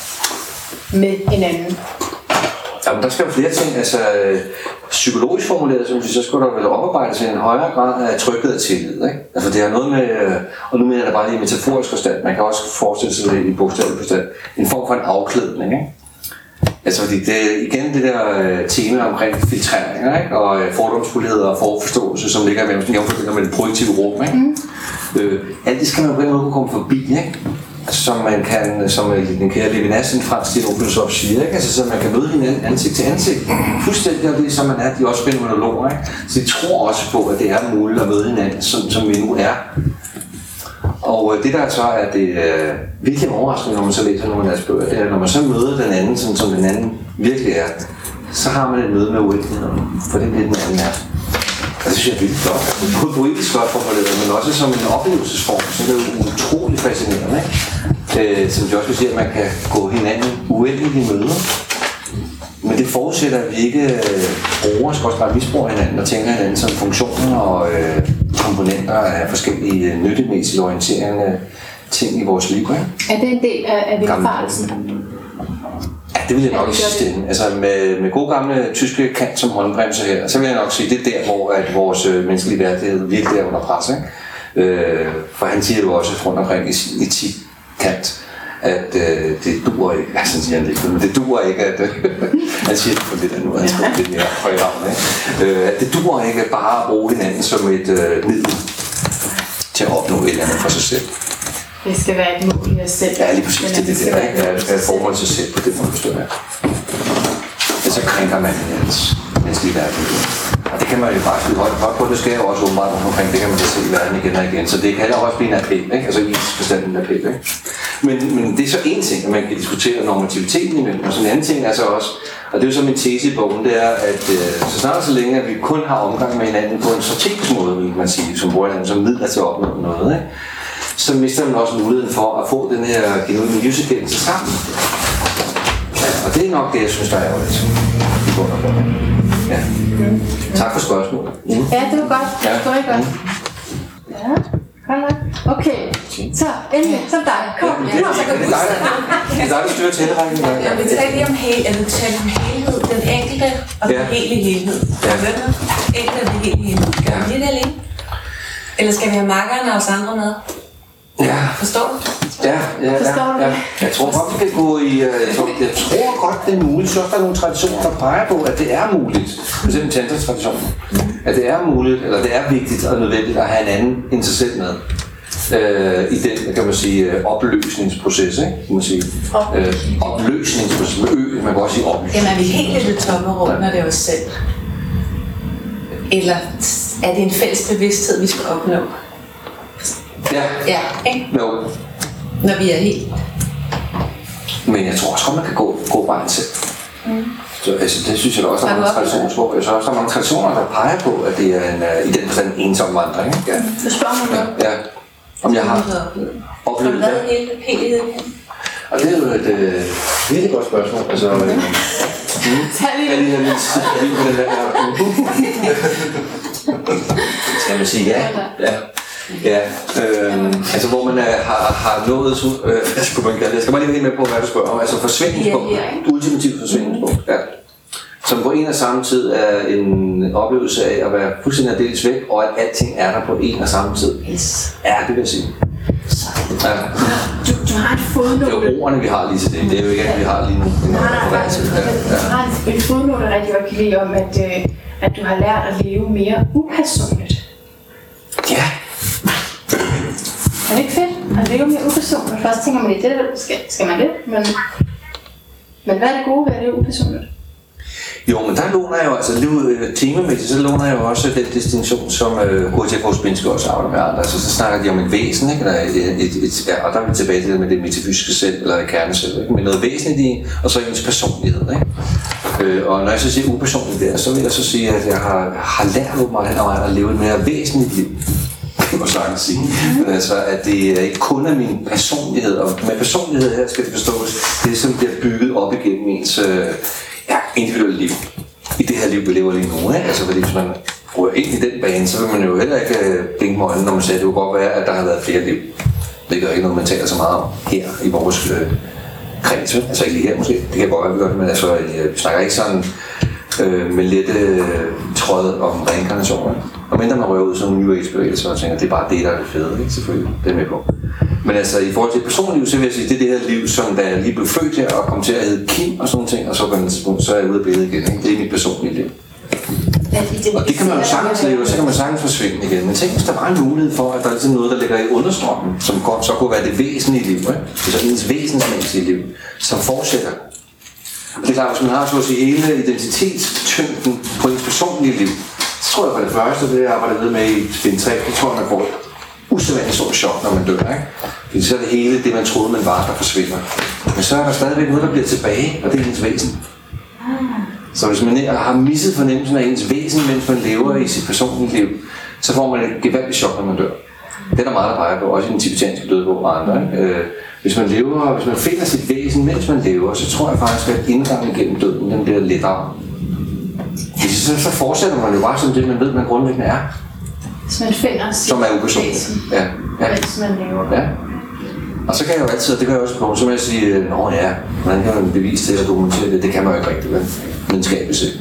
med hinanden? Jamen, der skal jo flere ting. Altså, psykologisk formuleret, så skulle der vel oparbejde til en højere grad af tryghed og tillid. Ikke? Altså, det har noget med, og nu mener jeg da bare lige i metaforisk forstand, man kan også forestille sig det i bogstavelig forstand, en form for en afklædning. Ikke? Altså, fordi det er igen det der tema omkring filtreringer, ikke? Og fordomsfuldhed og forforståelse, som ligger med det projektive rum. Ikke? Alt det skal man på en måde kunne komme forbi, ikke? Som man kan, som den kære Levinas, en fransk dialogfilosof, siger, ikke? Altså, så man kan møde hinanden ansigt til ansigt. Fuldstændig af det, som man er, de er også fænomenologer, ikke? Så de tror også på, at det er muligt at møde hinanden, som vi nu er. Og det der så er det virkelig overraskende, når man så læser nogle af deres bøger, det er, når man så møder den anden, sådan som den anden virkelig er, så har man et møde med uendeligheden, for det er det, den anden er. Og det synes jeg er vildt flot. Både poetisk godt formuleret, men også som en oplevelsesform, som er utrolig fascinerende, ikke? Som de også vil sige, at man kan gå hinanden uendeligt i møder. Men det forudsætter, at vi ikke bruger, skal også bare misbruger hinanden og tænker hinanden som funktioner og komponenter af forskellige nyttemæssige orienterende ting i vores liv. Ikke? Er det en del af vildfarelsen? Ja, det vil jeg nok sige. Altså med gode gamle tyske Kant som håndbremse her, så vil jeg nok sige, det er der, hvor at vores menneskelige værdighed virkelig er under pres. Ikke? For han siger jo også rundt omkring i sin etik, Kant, at det duer ikke, altså han siger han ikke, men det duer ikke, at han siger det for lidt nu, han skriver lidt mere højravn, at det duer ikke bare at bruge hinanden som et middel til at opnå et eller andet for sig selv. Det skal være et mål i os selv. Ja, lige præcis, det der, ikke? Det skal være forhold til sig selv på det måde, forstår jeg. Så krænker man hinandens menneskelige værdighed. Og det kan man jo bare skyde højt på, det skal jo også åbenbart omkring, det kan man da se i verden igen og igen. Så det kan jo også blive en appel, ikke? Altså i forstand en appel, ikke? Men det er så en ting, at man kan diskutere normativiteten imellem, og sådan en anden ting er så også, og det er jo så min tese i bogen, det er, at så snart så længe, at vi kun har omgang med hinanden på en strategisk måde, vil man sige, som bruger hinanden som midler til at opnå noget, ikke? så mister man også muligheden for at få den her livserkendelse sammen. Ja, og det er nok det, jeg synes, der er ærgerligt. Ja. Tak for spørgsmålet. Ja, det var godt. Ja. Det var rigtig godt. Ja, godt nok. Okay, så endelig, så dig. Kom, Det er dig, der styrer tilrækken. Jeg vil tale lige om helhed, den enkelte og den hele helhed. Enkelte og den hele helhed. Skal vi lige det alene? Eller skal vi have makkerne og os andre med? Ja. Forstår du? Ja. Jeg tror godt, vi kan gå i... Jeg tror godt, det er muligt. Så der er nogle traditioner, der peger på, at det er muligt. For eksempel tantra-traditionen. At det er muligt, eller det er vigtigt og nødvendigt at have en anden end sig selv med. I den, kan man sige, opløsningsproces, ikke? Kan man sige. Opløsningsproces med man kan også sige opløsning. Jamen er vi helt i det tomme rum, når det er os selv? Eller er det en fælles bevidsthed, vi skal opnå? Ja, ikke? No. Når vi er helt. Men jeg tror også godt, man kan gå vejen selv. Så, altså, det synes jeg da også, der er mange traditioner. Jeg synes også, der er mange traditioner, der peger på, at det er en, i den forstand ensom vandring. Ikke? Ja. Så spørger man noget. Ja. Om jeg har oplevet det. Har du lavet helheden? Og det er jo et virkelig godt spørgsmål. Altså, skal man sige ja? Ja, altså hvor man har nået, jeg skal bare lige være helt med på, hvad du spørger om, altså forsvindingspunkt, ultimativt forsvindingspunkt, ja. Som på en og samme tid er en oplevelse af at være fuldstændig dels væk, og at alting er der på en og samme tid. Yes. Ja, det vil jeg sige. Ja. Du har et fodnote. Det er ordene, vi har lige til det. Det er jo ikke, at vi har lige nu. Du har et fodnote, der rigtig godt kan lide om, at du har lært at leve mere upersonligt. Ja. Er det ikke fedt at leve mere upersonligt? Først tænker man lige, det skal man det, men hvad er det gode ved at leve upersonligt? Jo, men der låner jeg jo, altså temamæssigt, så låner jeg jo også den distinktion, som Gurdjieff Uspensky også arbejder med andre. Altså, så snakker de om et væsen, ikke? Eller og der er vi tilbage til det med det metafysiske selv, eller kernesel, ikke? Med noget væsentligt i, og så ens personlighed, ikke? Og når jeg så siger upersonligt der, så vil jeg så sige, at jeg har lært mig at leve et mere væsentligt liv. Det må sagtens sige. Men altså, at det ikke kun er min personlighed, og med personlighed her skal det forstås, det som bliver bygget op igennem ens individuelle liv. I det her liv, vi lever lige nu, ikke? Altså, fordi hvis man bruger ind i den bane, så vil man jo heller ikke blinke med øjnene, når man siger, at det kunne godt være, at der har været flere liv. Det er ikke noget, man taler så meget om her i vores kreds. Altså ikke lige her måske, det kan godt være, vi gør det, men altså, vi snakker ikke sådan med lette tråd om reinkarnationer. Og mindre man røver ud som en New Age-bevægelse, og tænker, det er bare det, der er det fede, ikke? Selvfølgelig, det er med på. Men altså, i forhold til personliv, så vil jeg sige, det er det her liv, som da jeg lige blev født her, og kom til at hedde Kim og sådan noget ting, og så er jeg ude af billedet igen, ikke? Det er mit personlige liv. Og det kan man jo sagtens leve, og så kan man sagtens forsvinde igen. Men tænk, hvis der var en mulighed for, at der er ligesom noget, der ligger i understrømmen, som godt så kunne være det væsentlige liv, ikke? Det er ens væsensmæssige liv, som fortsætter. Og det er klart, hvis man har så at sige hele identitetstyngden på ens personlige liv, så tror jeg for det første, det jeg arbejder med i spin 3, det tror jeg, man får et usædvanligt stort chok, når man dør, ikke? Fordi så er det hele det, man troede, man var, der forsvinder. Men så er der stadigvæk noget, der bliver tilbage, og det er ens væsen. Så hvis man har misset fornemmelsen af ens væsen, mens man lever i sit personlige liv, så får man et gevaldigt chok, når man dør. Det er der meget, der peger på, også i den tibetanske dødebog og andre, ikke? Hvis man finder sit væsen, mens man lever, så tror jeg faktisk, at indgangen gennem døden, den bliver lettere. Så fortsætter man jo bare som det, man ved, man grundlæggende er. Hvis man finder sit som er upersonligt. Ja. Mens man lever. Ja. Og så kan jeg jo altid, og det gør jeg også på, så må jeg sige, hvordan kan man bevise det eller dokumentere det? Det kan man jo ikke rigtig, vel? Videnskabeligt set.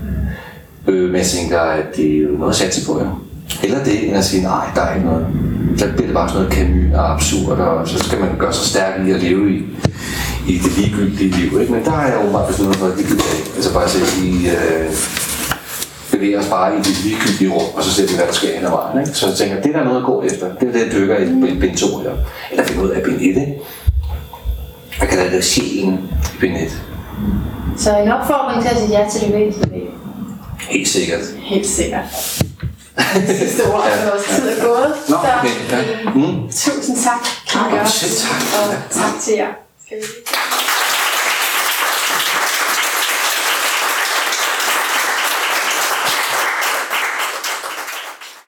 Men jeg tænker, at det er jo noget at satse på, ja. Eller det, end at sige, nej, der er ikke noget. Så bliver det bare sådan noget Camus og absurd, og så skal man gøre sig stærk i at leve i det ligegyldige liv, ikke? Men der er jeg jo bare besluttet for, at det gider jeg ikke. Altså bare at sige, bevæger os bare i det ligegyldige rum, og så ser vi, hvad der sker hen ad vejen, ikke? Så jeg tænker, det der er noget at gå efter. Det er det, jeg dykker i bind 2 her. Eller finde ud af bind 1, ikke? Jeg kan lade det sjælen i bind 1. Så en opfordring til at sige ja til det væsentlige. Helt sikkert. Helt sikkert. Sidste ord, at vores tid er gået. Nå, okay. Ja. Tusind tak, Kim Jørgensen. Selv tak. Og tak til jer. Skal vi lige